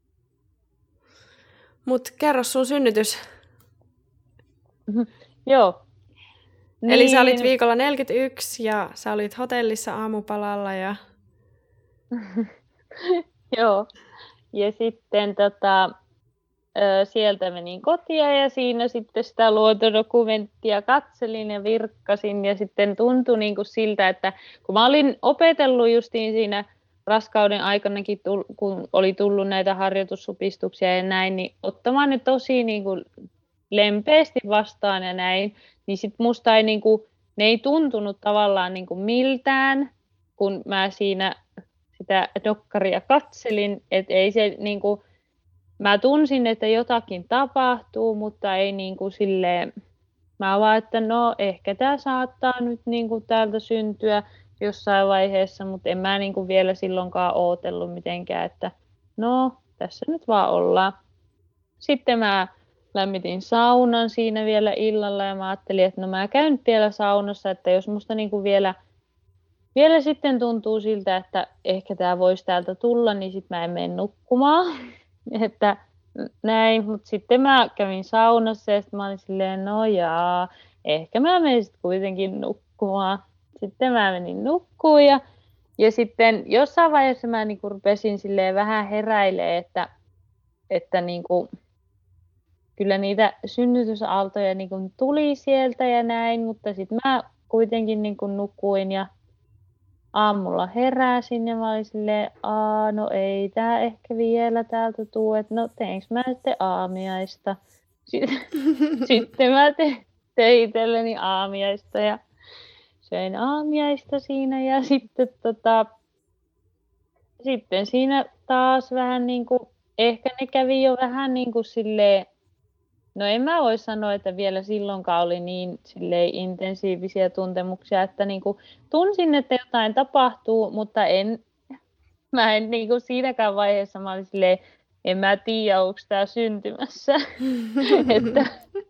Mutta kerro sun synnytys. Mm-hmm. Joo. Niin. Eli sä olit viikolla neljäkymmentäyksi ja sä olit hotellissa aamupalalla. Ja... Joo. Ja sitten tota, sieltä menin kotia ja siinä sitten sitä luontodokumenttia katselin ja virkkasin. Ja sitten tuntui niin kuin siltä, että kun mä olin opetellut justiin siinä raskauden aikanakin, kun oli tullut näitä harjoitussupistuksia ja näin, niin ottamaan ne tosi niin kuin lempeästi vastaan ja näin, niin sit musta ei, niin kuin, ne ei tuntunut tavallaan niin kuin miltään, kun mä siinä sitä dokkaria katselin, että ei se niin kuin, mä tunsin, että jotakin tapahtuu, mutta ei niin kuin silleen, mä vaan, että no ehkä tää saattaa nyt niin kuin täältä syntyä jossain vaiheessa, mutta en mä niin kuin vielä silloinkaan ootellut mitenkään, että no tässä nyt vaan ollaan. Sitten mä lämmitin saunan siinä vielä illalla ja mä ajattelin, että no mä käyn vielä saunassa, että jos musta niin kuin vielä, vielä sitten tuntuu siltä, että ehkä tää voisi täältä tulla, niin sitten mä en mene nukkumaan. Että näin, mutta sitten mä kävin saunassa ja sitten mä olin silleen, no jaa, ehkä mä menen sitten kuitenkin nukkumaan. Sitten mä menin nukkuun ja, ja sitten jossain vaiheessa mä niin kuin rupesin silleen vähän heräilemään, että, että niin kuin, kyllä niitä synnytysaaltoja niin kuin tuli sieltä ja näin, mutta sitten mä kuitenkin niin kuin nukuin ja aamulla heräsin ja mä olin silleen, aa no ei tää ehkä vielä täältä tuu, että no teinkö mä sitten aamiaista. Sitten, sitten mä te, tein itselleni aamiaista ja söin aamiaista siinä ja sitten, tota, sitten siinä taas vähän niin kuin, ehkä ne kävi jo vähän niin kuin silleen, no en mä voi sanoa, että vielä silloinkaan oli niin silleen intensiivisiä tuntemuksia, että niin kuin tunsin, että jotain tapahtuu, mutta en, mä en niin kuin siinäkään vaiheessa, mä olin silleen, en mä tiedä, onko tää syntymässä, että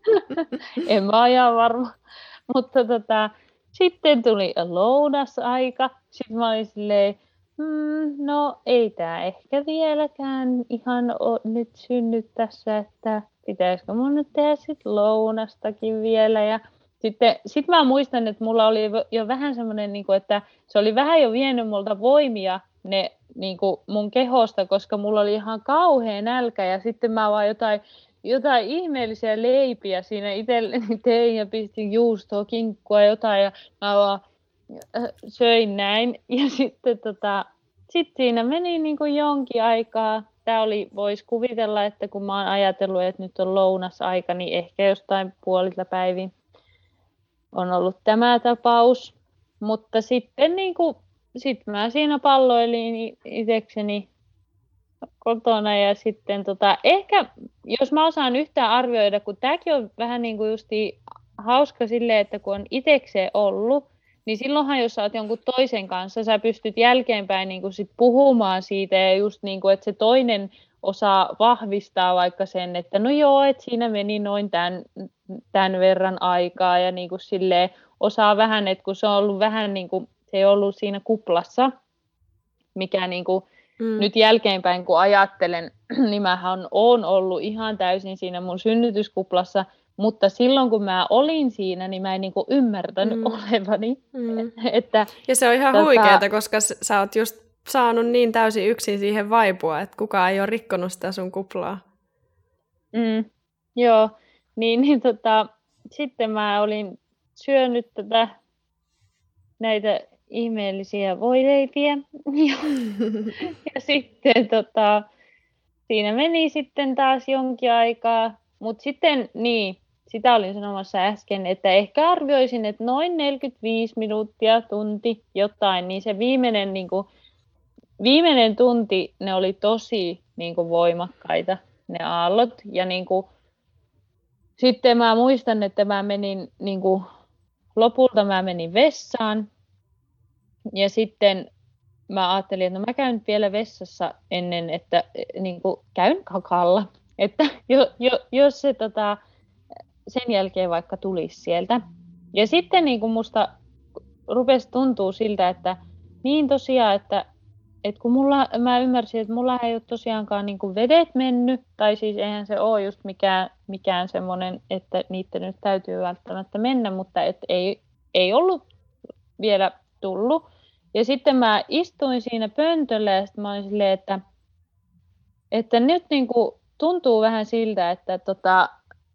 en mä ole ihan varma, mutta tota, sitten tuli lounasaika, sitten mä olin silleen, mm, no ei tää ehkä vieläkään ihan ole nyt synnyt tässä, että pitäisikö mun nyt tehdä sit lounastakin vielä. Ja sitten sit mä muistan, että mulla oli jo vähän semmoinen, niin että se oli vähän jo vienyt multa voimia ne niin kuin mun kehosta, koska mulla oli ihan kauhea nälkä ja sitten mä vaan jotain, jotain ihmeellisiä leipiä siinä itselleni tein ja pistin juustoa, kinkkua jotain ja mä vaan söin näin. Ja sitten tota, sitten siinä meni niin kuin jonkin aikaa. Tämä oli, voisi kuvitella, että kun mä oon ajatellut, että nyt on lounasaika, niin ehkä jostain puolilta päivin on ollut tämä tapaus. Mutta sitten niin kuin, sit mä siinä palloilin itsekseni kotona ja sitten tota, ehkä, jos mä osaan yhtään arvioida, kun tämäkin on vähän niin kuin justi hauska silleen, että kun on itsekseen ollut, niin silloinhan jos sä oot jonkun toisen kanssa, sä pystyt jälkeenpäin niin kuin sit puhumaan siitä ja just niin kuin, että se toinen osaa vahvistaa vaikka sen, että no joo, että siinä meni noin tämän, tämän verran aikaa ja niin kuin silleen osaa vähän, että kun se on ollut vähän niin kuin, se ei ollut siinä kuplassa, mikä niin kuin mm. nyt jälkeenpäin kun ajattelen, niin mähän on ollut ihan täysin siinä mun synnytyskuplassa, mutta silloin kun mä olin siinä, niin mä en niinku ymmärtänyt mm. olevani. Mm. Että, ja se on ihan tota... huikeeta, koska sä oot just saanut niin täysin yksin siihen vaipua, että kukaan ei ole rikkonut sitä sun kuplaa. Mm. Joo, niin, niin tota, sitten mä olin syönyt tätä, näitä ihmeellisiä voileipiä. ja sitten tota, siinä meni sitten taas jonkin aikaa, mutta sitten niin, sitä olin sanomassa äsken, että ehkä arvioisin, että noin neljäkymmentäviisi minuuttia, tunti, jotain, niin se viimeinen, niin kuin, viimeinen tunti, ne oli tosi niin kuin, voimakkaita, ne aallot. Ja niin kuin, sitten mä muistan, että mä menin, niin kuin, lopulta mä menin vessaan, ja sitten mä ajattelin, että no mä käyn vielä vessassa ennen, että niin kuin, käyn kakalla. Että jo, jo, jos se tota, sen jälkeen vaikka tulisi sieltä. Ja sitten niin kuin musta rupesi tuntua siltä, että niin tosiaan, että, että kun mulla, mä ymmärsin, että mulla ei ole tosiaankaan niin kuin vedet mennyt, tai siis eihän se ole just mikään, mikään semmoinen, että niitä nyt täytyy välttämättä mennä, mutta et ei, ei ollut vielä tullut. Ja sitten mä istuin siinä pöntöllä ja sitten mä olin silleen, että, että nyt niin kuin tuntuu vähän siltä, että tota,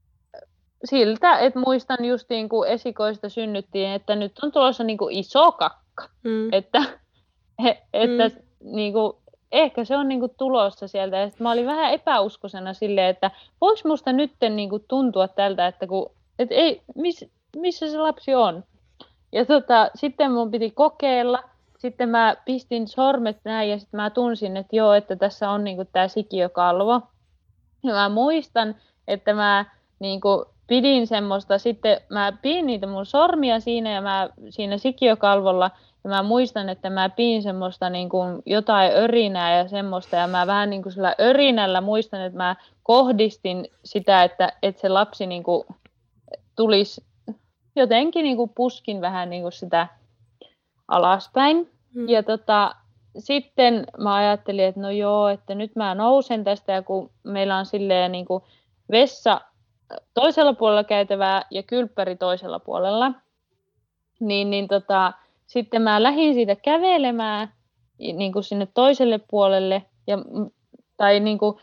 siltä, että muistan justiin kun esikoista synnyttiin, että nyt on tulossa niin kuin iso kakka. Mm. Että, he, että mm. niin kuin, ehkä se on niin kuin tulossa sieltä. Ja mä olin vähän epäuskoisena silleen, että voiko musta nyt niin kuin tuntua tältä, että, kun, että ei, miss, missä se lapsi on. Ja tota, sitten mun piti kokeilla. Sitten mä pistin sormet näin ja sitten mä tunsin, että joo, että tässä on niin kuin tää sikiökalvo. Ja mä muistan, että mä niin kuin pidin semmoista, sitten mä pidin niitä mun sormia siinä ja mä siinä sikiökalvolla. Ja mä muistan, että mä pidin semmoista niin kuin jotain örinää ja semmoista. Ja mä vähän niin kuin sillä örinällä muistan, että mä kohdistin sitä, että, että se lapsi niin kuin tulisi jotenkin niin kuin puskin vähän niin kuin sitä alaspäin. Hmm. Ja tota, sitten mä ajattelin, että no joo, että nyt mä nousen tästä ja kun meillä on silleen niin kuin vessa toisella puolella käytävää ja kylppäri toisella puolella, niin, niin tota, sitten mä lähdin siitä kävelemään niin kuin sinne toiselle puolelle ja, tai niin kuin,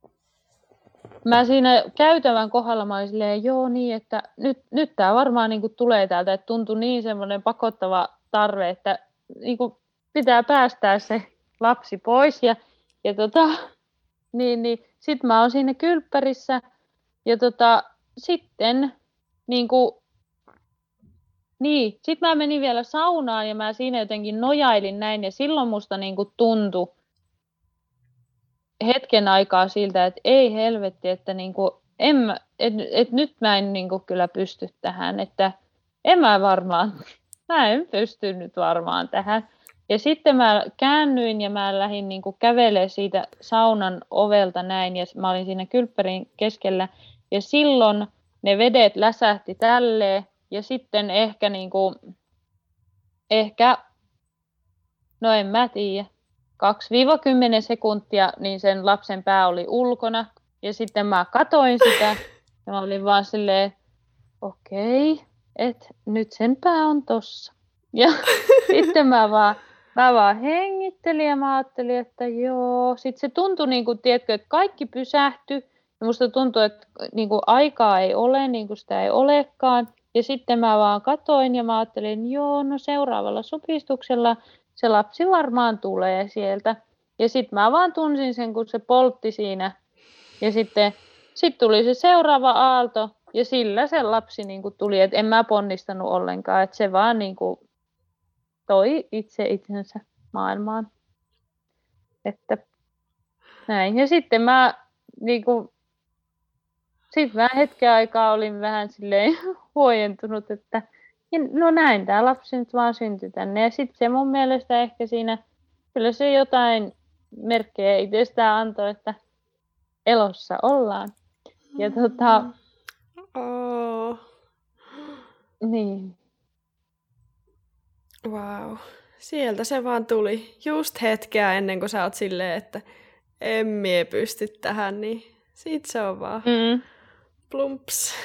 mä siinä käytävän kohdalla mä olin silleen, joo niin, että nyt, nyt tää varmaan niin kuin tulee täältä, että tuntui niin semmoinen pakottava tarve, että niin kuin pitää päästää se lapsi pois. Ja, ja tota, niin, niin, sitten mä oon siinä kylppärissä ja tota, sitten niin kuin, niin, sit mä menin vielä saunaan ja mä siinä jotenkin nojailin näin ja silloin musta niin kuin tuntui hetken aikaa siltä, että ei helvetti, että niin kuin, en mä, et, et nyt mä en niin kuin kyllä pysty tähän, että en mä varmaan, mä en pysty nyt varmaan tähän. Ja sitten mä käännyin ja mä lähdin niin kuin kävelemään siitä saunan ovelta näin ja mä olin siinä kylppärin keskellä ja silloin ne vedet läsähti tälleen ja sitten ehkä niin kuin, ehkä, no en mä tiedä, kaksi kymmenen sekuntia niin sen lapsen pää oli ulkona ja sitten mä katoin sitä ja mä olin vaan silleen, okei, okay, että nyt sen pää on tossa. Ja sitten mä vaan, mä vaan hengittelin ja mä ajattelin, että joo. Sitten se tuntui, niin kuin, tiedätkö, että kaikki pysähtyi. Ja musta tuntui, että niin kuin, aikaa ei ole, niin kuin sitä ei olekaan. Ja sitten mä vaan katoin ja mä ajattelin, joo, no seuraavalla supistuksella se lapsi varmaan tulee sieltä. Ja sitten mä vaan tunsin sen, kun se poltti siinä. Ja sitten sit tuli se seuraava aalto, ja sillä se lapsi niin kuin tuli. Et en mä ponnistanut ollenkaan, että se vaan niin kuin toi itse itsensä maailmaan. Että näin. Ja sitten mä niin kuin, sit mä hetken aikaa olin vähän silleen huojentunut, että no näin, tämä lapsi nyt vaan syntyi tänne. Ja sitten se mun mielestä ehkä siinä, kyllä se jotain merkkejä itsestään antoi, että elossa ollaan. Ja tota, oh. niin. Wow. Sieltä se vaan tuli just hetkeä ennen kuin sä oot silleen, että en mie pysty tähän, niin sit se on vaan Mm. plumps.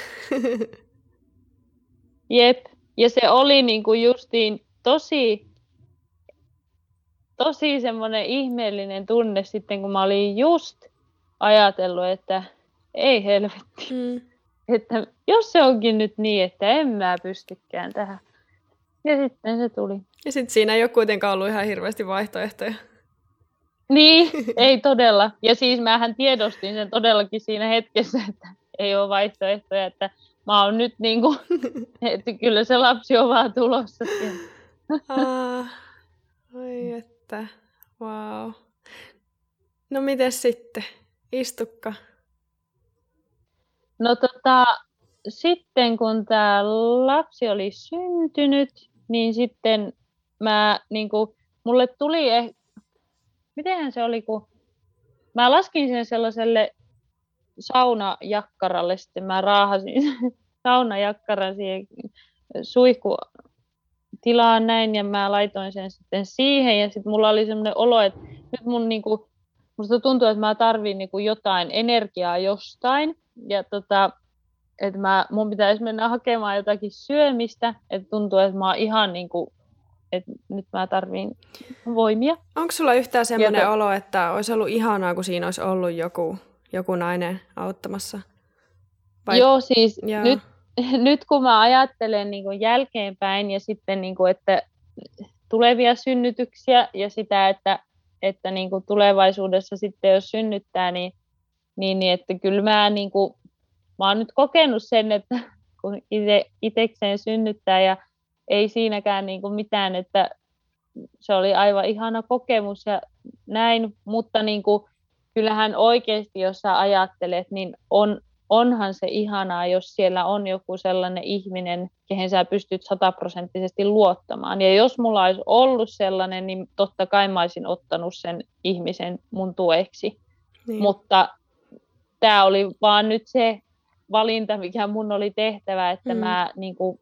Jep. Ja se oli niinku justiin tosi, tosi semmoinen ihmeellinen tunne sitten, kun mä olin just ajatellut, että ei helvetti. Mm. Että jos se onkin nyt niin, että en mä pystykään tähän. Ja sitten se tuli. Ja sit siinä ei ole kuitenkaan ollut ihan hirveästi vaihtoehtoja. Niin, ei todella. Ja siis mähän tiedostin sen todellakin siinä hetkessä, että ei ole vaihtoehtoja, että mä oon nyt niin kuin, että kyllä se lapsi on vaan tulossa. Ah, oi että, wow. No mites sitten? Istukka. No tota, sitten kun tämä lapsi oli syntynyt, niin sitten mä niin kuin, mulle tuli, eh... mitenhän se oli, kun mä laskin sen sellaiselle saunajakkaralle, sitten mä raahasin saunajakkaran siihen suihkutilaan näin, ja mä laitoin sen sitten siihen, ja sitten mulla oli semmoinen olo, että nyt mun niinku, musta tuntuu, että mä tarviin niinku jotain energiaa jostain, ja tota, että mä, mun pitäisi mennä hakemaan jotakin syömistä, että tuntuu, että mä oon ihan niinku, että nyt mä tarviin voimia. Onko sulla yhtään semmoinen to... olo, että olisi ollut ihanaa, kun siinä olisi ollut joku, joku nainen auttamassa? Vai... Joo, siis Joo. Nyt, nyt kun mä ajattelen niin kuin jälkeenpäin ja sitten, niin kuin, että tulevia synnytyksiä ja sitä, että, että niin kuin tulevaisuudessa sitten jos synnyttää, niin, niin, niin että kyllä mä, niin kuin, mä oon nyt kokenut sen, että kun itse, itekseen synnyttää ja ei siinäkään niin kuin mitään, että se oli aivan ihana kokemus ja näin, mutta niin kuin, kyllähän oikeasti, jos sä ajattelet, niin on, onhan se ihanaa, jos siellä on joku sellainen ihminen, kehen sä pystyt sataprosenttisesti luottamaan. Ja jos mulla olisi ollut sellainen, niin totta kai mä olisin ottanut sen ihmisen mun tueksi. Niin. Mutta tämä oli vaan nyt se valinta, mikä mun oli tehtävä, että mm. mä niin kuin,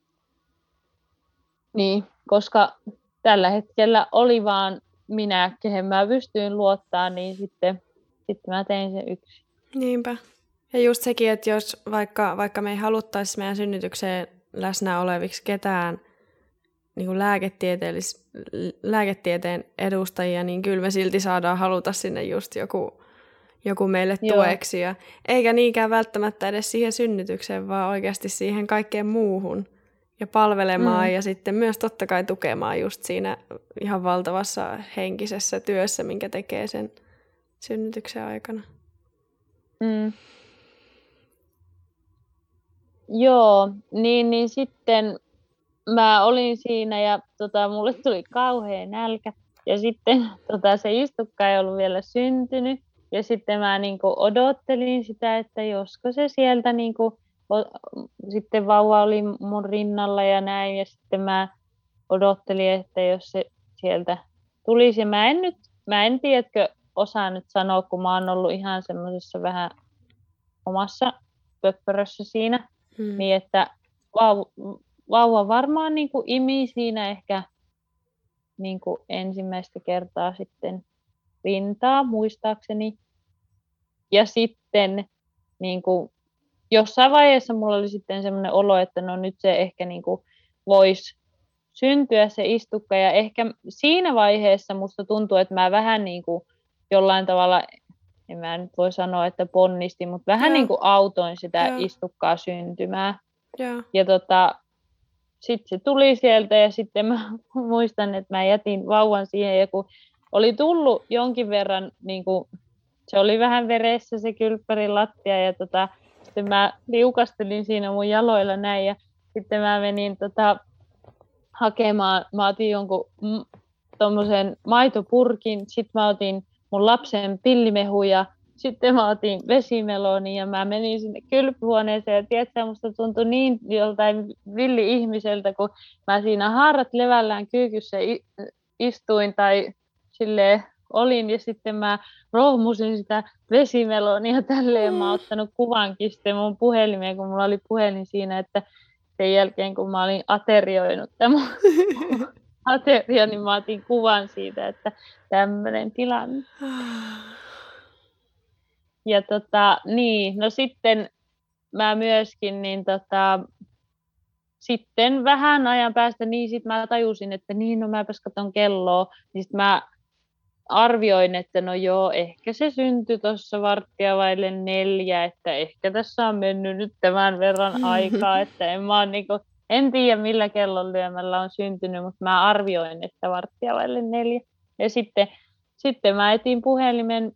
niin, koska tällä hetkellä oli vaan minä, kehen mä pystyin luottaa, niin sitten, sitten mä tein sen yksin. Niinpä. Ja just sekin, että jos vaikka, vaikka me ei haluttaisi meidän synnytykseen läsnä oleviksi ketään niin kuin lääketieteen edustajia, niin kyllä me silti saadaan haluta sinne just joku, joku meille tueksi. Ja eikä niinkään välttämättä edes siihen synnytykseen, vaan oikeasti siihen kaikkeen muuhun. Ja palvelemaan mm. ja sitten myös totta kai tukemaan just siinä ihan valtavassa henkisessä työssä, minkä tekee sen synnytyksen aikana. Mm. Joo, niin, niin sitten mä olin siinä ja tota, mulle tuli kauhea nälkä. Ja sitten tota, se istukka ei ollut vielä syntynyt. Ja sitten mä niinku odottelin sitä, että josko se sieltä niinku... Sitten vauva oli mun rinnalla ja näin, ja sitten mä odottelin, että jos se sieltä tulisi. Mä en nyt, mä en tiedätkö, osaa nyt sanoa, kun mä oon ollut ihan semmoisessa vähän omassa pöppörössä siinä, hmm. niin että vauva, vauva varmaan niin kuin imi siinä ehkä niin kuin ensimmäistä kertaa sitten rintaa, muistaakseni. Ja sitten niin kuin jossain vaiheessa mulla oli sitten semmoinen olo, että no nyt se ehkä niin kuin voisi syntyä se istukka. Ja ehkä siinä vaiheessa musta tuntuu, että mä vähän niin kuin jollain tavalla, en mä nyt voi sanoa, että ponnistin, mutta vähän Joo. niin kuin autoin sitä Joo. istukkaa syntymään. Joo. Ja tota, sitten se tuli sieltä ja sitten mä muistan, että mä jätin vauvan siihen ja kun oli tullut jonkin verran, niin kuin, se oli vähän veressä se kylppärin lattia ja tota, sitten mä liukastelin siinä mun jaloilla näin ja sitten mä menin tota, hakemaan, mä otin jonkun mm, tommosen maitopurkin, sitten mä otin mun lapsen pillimehu ja sitten mä otin vesimeloni ja mä menin sinne kylpyhuoneeseen ja tiedätkö, musta tuntui niin joltain villi-ihmiseltä, kun mä siinä haarat levällään kyykyssä istuin tai silleen olin ja sitten mä rohmusin sitä vesimelonia tälleen. Mä oon ottanut kuvankin sitten mun puhelimeen, kun mulla oli puhelin siinä, että sen jälkeen kun mä olin aterioinut tämän ateria, niin mä otin kuvan siitä, että tämmöinen tilanne. Ja tota, niin, no sitten mä myöskin, niin tota, sitten vähän ajan päästä, niin sit mä tajusin, että niin, no mäpäs katon kelloa, niin sit mä arvioin, että no joo, ehkä se syntyi tuossa varttia vaille neljä, että ehkä tässä on mennyt nyt tämän verran aikaa, että en mä niinku, en tiedä millä kellonlyömällä on syntynyt, mutta mä arvioin, että varttia vaille neljä. Ja sitten, sitten mä etin puhelimen,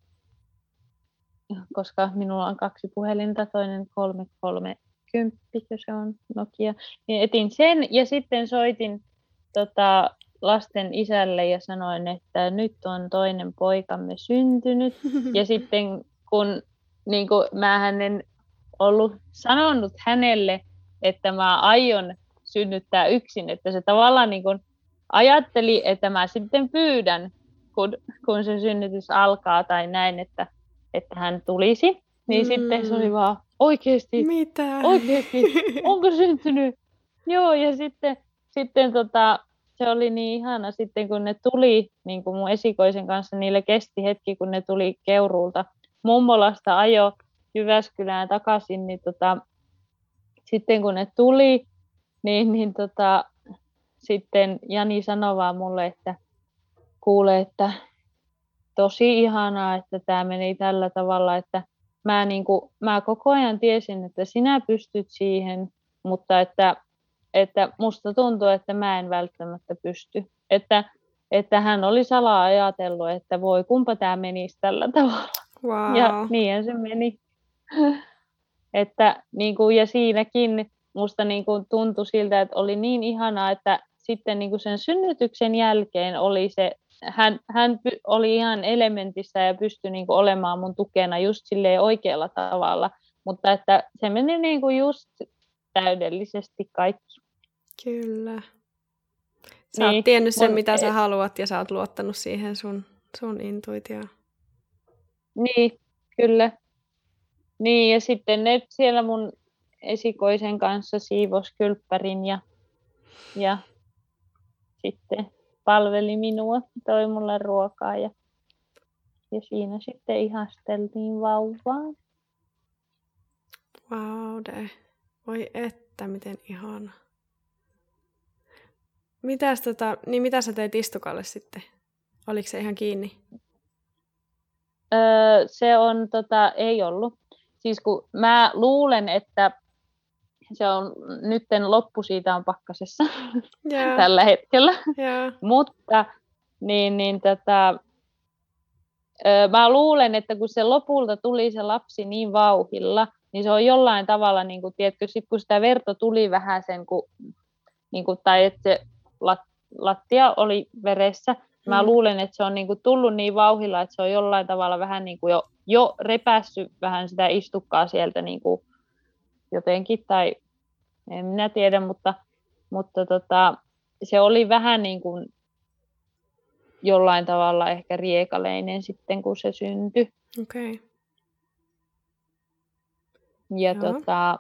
koska minulla on kaksi puhelinta, toinen kolme kolmekymmentä, kun se on Nokia, niin etin sen ja sitten soitin tota, lasten isälle ja sanoin, että nyt on toinen poikamme syntynyt. Ja sitten kun niin kuin, mähän en ollut sanonut hänelle, että mä aion synnyttää yksin, että se tavallaan niin kuin ajatteli, että mä sitten pyydän, kun, kun se synnytys alkaa tai näin, että, että hän tulisi. Niin mm. sitten se oli vaan oikeasti, Mitä? oikeasti, onko syntynyt? Joo, ja sitten, sitten tota, se oli niin ihana sitten, kun ne tuli niin kuin mun esikoisen kanssa, niille kesti hetki, kun ne tuli Keuruulta. Mummolasta ajo Jyväskylään takaisin, niin tota, sitten kun ne tuli, niin, niin tota, sitten Jani sanoi vaan mulle, että kuule, että tosi ihanaa, että tämä meni tällä tavalla, että mä, niin kuin, mä koko ajan tiesin, että sinä pystyt siihen, mutta että että musta tuntuu, että mä en välttämättä pysty. Että, että hän oli salaa ajatellut, että voi kumpa tämä menisi tällä tavalla. Wow. Ja niinhän se meni. Että, niin kuin, ja siinäkin musta niin kuin, tuntui siltä, että oli niin ihanaa, että sitten niin kuin sen synnytyksen jälkeen oli se, hän, hän oli ihan elementissä ja pystyi niin kuin, olemaan mun tukena just silleen oikealla tavalla. Mutta että se meni niin kuin, just täydellisesti kaikki. Kyllä. Sä niin, oot tiennyt sen, mun, mitä sä haluat, ja sä oot luottanut siihen sun, sun intuitioon. Niin, kyllä. Niin, ja sitten ne siellä mun esikoisen kanssa siivos kylppärin ja, ja sitten palveli minua, toi mulle ruokaa ja, ja siinä sitten ihasteltiin vauvaa. Vau, wow, voi että, miten ihana. Mitäs tota, niin mitä sä teit istukalle sitten? Oliko se ihan kiinni? Öö, se on, tota, ei ollut. Siis kun mä luulen, että se on nytten loppu siitä on pakkasessa yeah. tällä hetkellä. Yeah. Mutta niin, niin tätä, öö, mä luulen, että kun se lopulta tuli se lapsi niin vauhilla, niin se on jollain tavalla, niin kuin, tiedätkö, sit kun sitä verta tuli vähän sen, kun, niin kuin, tai että se lat, lattia oli veressä, mm. mä luulen, että se on niin kuin, tullut niin vauhilla, että se on jollain tavalla vähän niin kuin jo, jo repässyt vähän sitä istukkaa sieltä niin kuin, jotenkin, tai en minä tiedä, mutta, mutta tota, se oli vähän niin kuin jollain tavalla ehkä riekaleinen sitten, kun se syntyi. Okei. Okay. Ja Joo. tota,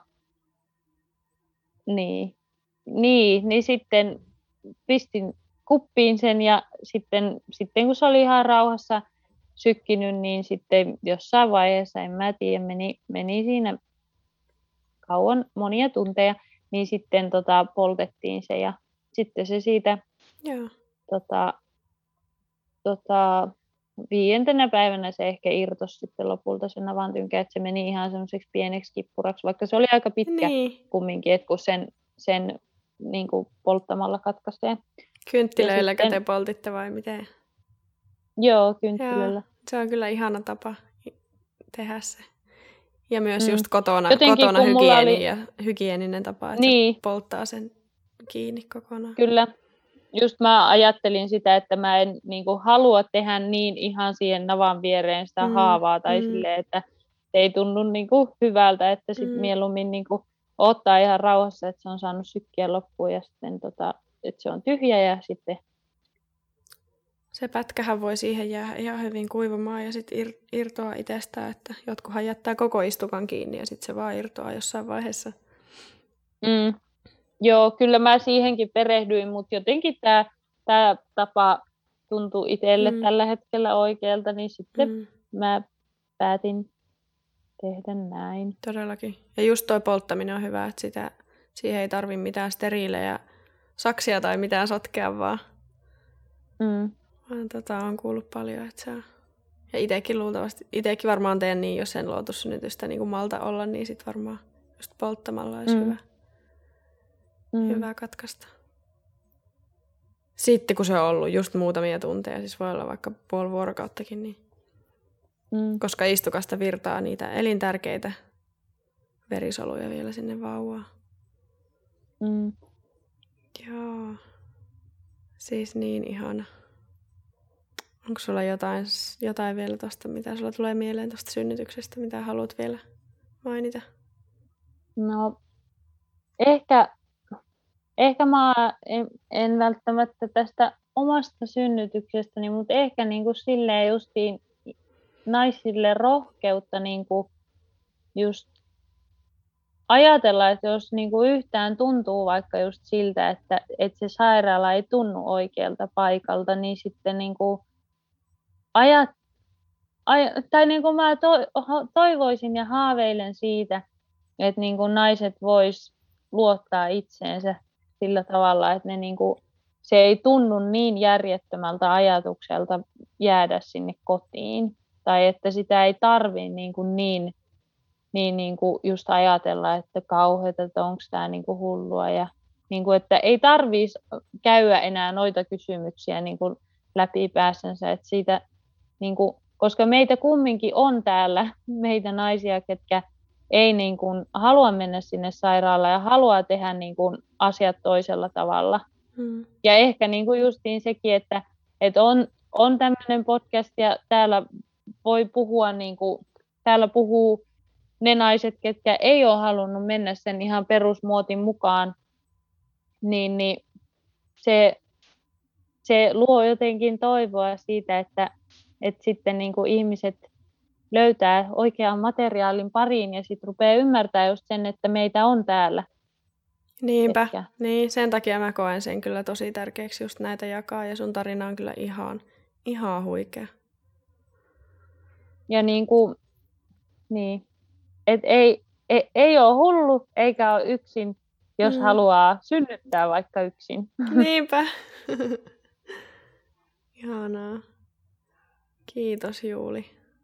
niin, niin, niin sitten pistin kuppiin sen ja sitten, sitten kun se oli ihan rauhassa sykkinyt, niin sitten jossain vaiheessa, en mä tiedä, meni, meni siinä kauan, monia tunteja, niin sitten tota, poltettiin se ja sitten se siitä Joo. Tota, tota, viidentenä päivänä se ehkä irtosi sitten lopulta sen avantynkä, että se meni ihan semmoiseksi pieneksi kippuraksi, vaikka se oli aika pitkä niin. kumminkin, että kun sen, sen niin kuin polttamalla katkaisee. Kynttilöilläkö sitten, te poltitte vai miten? Joo, kynttilöillä. Joo, se on kyllä ihana tapa tehdä se. Ja myös mm. just kotona, Jotenkin, kotona hygieni oli... ja hygieninen tapa, että niin. se polttaa sen kiinni kokonaan. Kyllä. Just mä ajattelin sitä, että mä en niin kuin, halua tehdä niin ihan siihen navan viereen sitä mm. haavaa tai mm. silleen, että se ei tunnu niin kuin, hyvältä, että sit mm. mieluummin niin kuin, ottaa ihan rauhassa, että se on saanut sykkiä loppuun ja sitten tota, että se on tyhjä ja sitten... Se pätkähän voi siihen jäädä ihan hyvin kuivumaan ja sitten ir- irtoaa itsestään, että jotkuhan jättää koko istukan kiinni ja sitten se vaan irtoaa jossain vaiheessa. Mm. Joo, kyllä mä siihenkin perehdyin, mutta jotenkin tämä tää tapa tuntuu itselle mm. tällä hetkellä oikealta, niin sitten mm. mä päätin tehdä näin. Todellakin. Ja just toi polttaminen on hyvä, että sitä, siihen ei tarvitse mitään steriilejä, saksia tai mitään sotkea, vaan, mm. vaan tota, on kuullut paljon. Että se on... Ja itsekin luultavasti, itsekin varmaan teen niin, jos en luotussynnytystä niin kuin malta olla, niin sitten varmaan just polttamalla olisi mm. hyvä. Mm. Hyvä katkaista. Sitten kun se on ollut just muutamia tunteja, siis voi olla vaikka puoli vuorokauttakin, niin mm. koska istukasta virtaa niitä elintärkeitä verisoluja vielä sinne vauvaan. Mm. Joo. Siis niin ihana. Onko sulla jotain, jotain vielä tosta, mitä sulla tulee mieleen tosta synnytyksestä, mitä haluat vielä mainita? No, ehkä... Ehkä mä en, en välttämättä tästä omasta synnytyksestäni, mutta ehkä niinku silleen justiin naisille rohkeutta niinku just ajatella, että jos niinku yhtään tuntuu vaikka just siltä, että, että se sairaala ei tunnu oikealta paikalta, niin sitten niinku ajat, aj, tai niinku mä to, toivoisin ja haaveilen siitä, että niinku naiset vois luottaa itseensä sillä tavalla, että ne niinku, se ei tunnu niin järjettömältä ajatukselta jäädä sinne kotiin. Tai että sitä ei tarvitse niinku niin, niin niinku just ajatella, että kauheata, että onko tämä niinku hullua. Ja niinku, että ei tarvitsisi käydä enää noita kysymyksiä niinku läpi päässänsä. Että siitä, niinku, koska meitä kumminkin on täällä, meitä naisia, ketkä ei niin kuin halua mennä sinne sairaalaan ja haluaa tehdä niin kuin asiat toisella tavalla. Hmm. Ja ehkä niin kuin justiin sekin, että, että on, on tämmöinen podcast ja täällä voi puhua, niin kuin, täällä puhuu ne naiset, ketkä ei ole halunnut mennä sen ihan perusmuotin mukaan, niin, niin se, se luo jotenkin toivoa siitä, että, että sitten niin kuin ihmiset löytää oikean materiaalin pariin ja sitten rupeaa ymmärtää just sen, että meitä on täällä. Niinpä, Etkä. niin sen takia mä koen sen kyllä tosi tärkeäksi just näitä jakaa ja sun tarina on kyllä ihan, ihan huikea. Ja niin kuin, niin, et ei, ei, ei ole hullu eikä ole yksin, jos mm. haluaa synnyttää vaikka yksin. Niinpä. Ihanaa. Kiitos Juuli.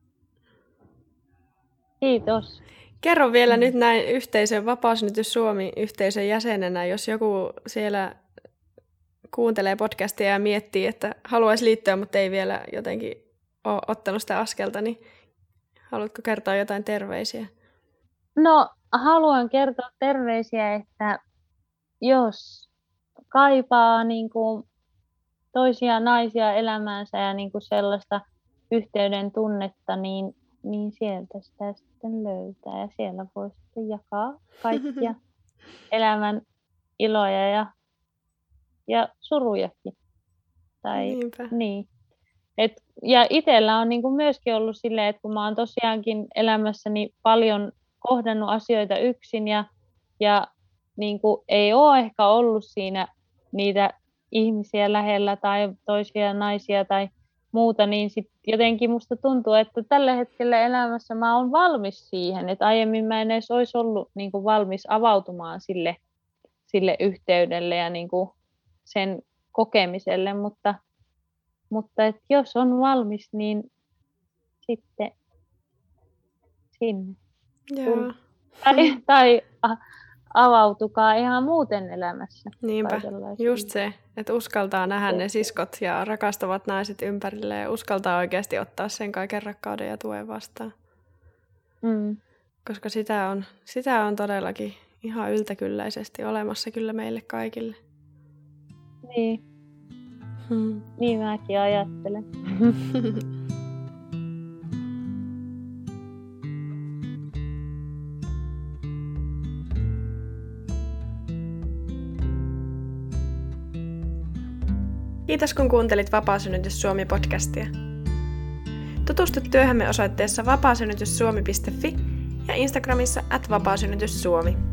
Kiitos. Kerro vielä mm. nyt näin yhteisön Vapaasynnytys Suomi-yhteisön jäsenenä, jos joku siellä kuuntelee podcastia ja miettii, että haluaisi liittyä, mutta ei vielä jotenkin ole ottanut sitä askelta, niin haluatko kertoa jotain terveisiä? No, haluan kertoa terveisiä, että jos kaipaa niin kuin toisia naisia elämäänsä ja niin kuin sellaista yhteyden tunnetta, niin niin sieltä sitä sitten löytää ja siellä voi sitten jakaa kaikkia elämän iloja ja, ja surujakin. Tai, niin. Et, ja itsellä on niinku myöskin ollut silleen, että kun mä oon tosiaankin elämässäni paljon kohdannut asioita yksin ja, ja niinku ei ole ehkä ollut siinä niitä ihmisiä lähellä tai toisia naisia tai muuta, niin sitten jotenkin musta tuntuu, että tällä hetkellä elämässä mä oon valmis siihen, että aiemmin mä en edes olisi ollut niin kuin valmis avautumaan sille, sille yhteydelle ja niin kuin sen kokemiselle, mutta, mutta et jos on valmis, niin sitten sinne. Joo. Tai, tai avautukaa ihan muuten elämässä. Niinpä, just se, että uskaltaa nähdä ne siskot ja rakastavat naiset ympärille ja uskaltaa oikeasti ottaa sen kaiken rakkauden ja tuen vastaan. Mm. Koska sitä on, sitä on todellakin ihan yltäkylläisesti olemassa kyllä meille kaikille. Niin. Hmm. Niin mäkin ajattelen. Kiitos kun kuuntelit Vapaasynnytys Suomi-podcastia. Tutustu työhömme osoitteessa vapaasynnytyssuomi piste fi ja Instagramissa at vapaasynnytyssuomi.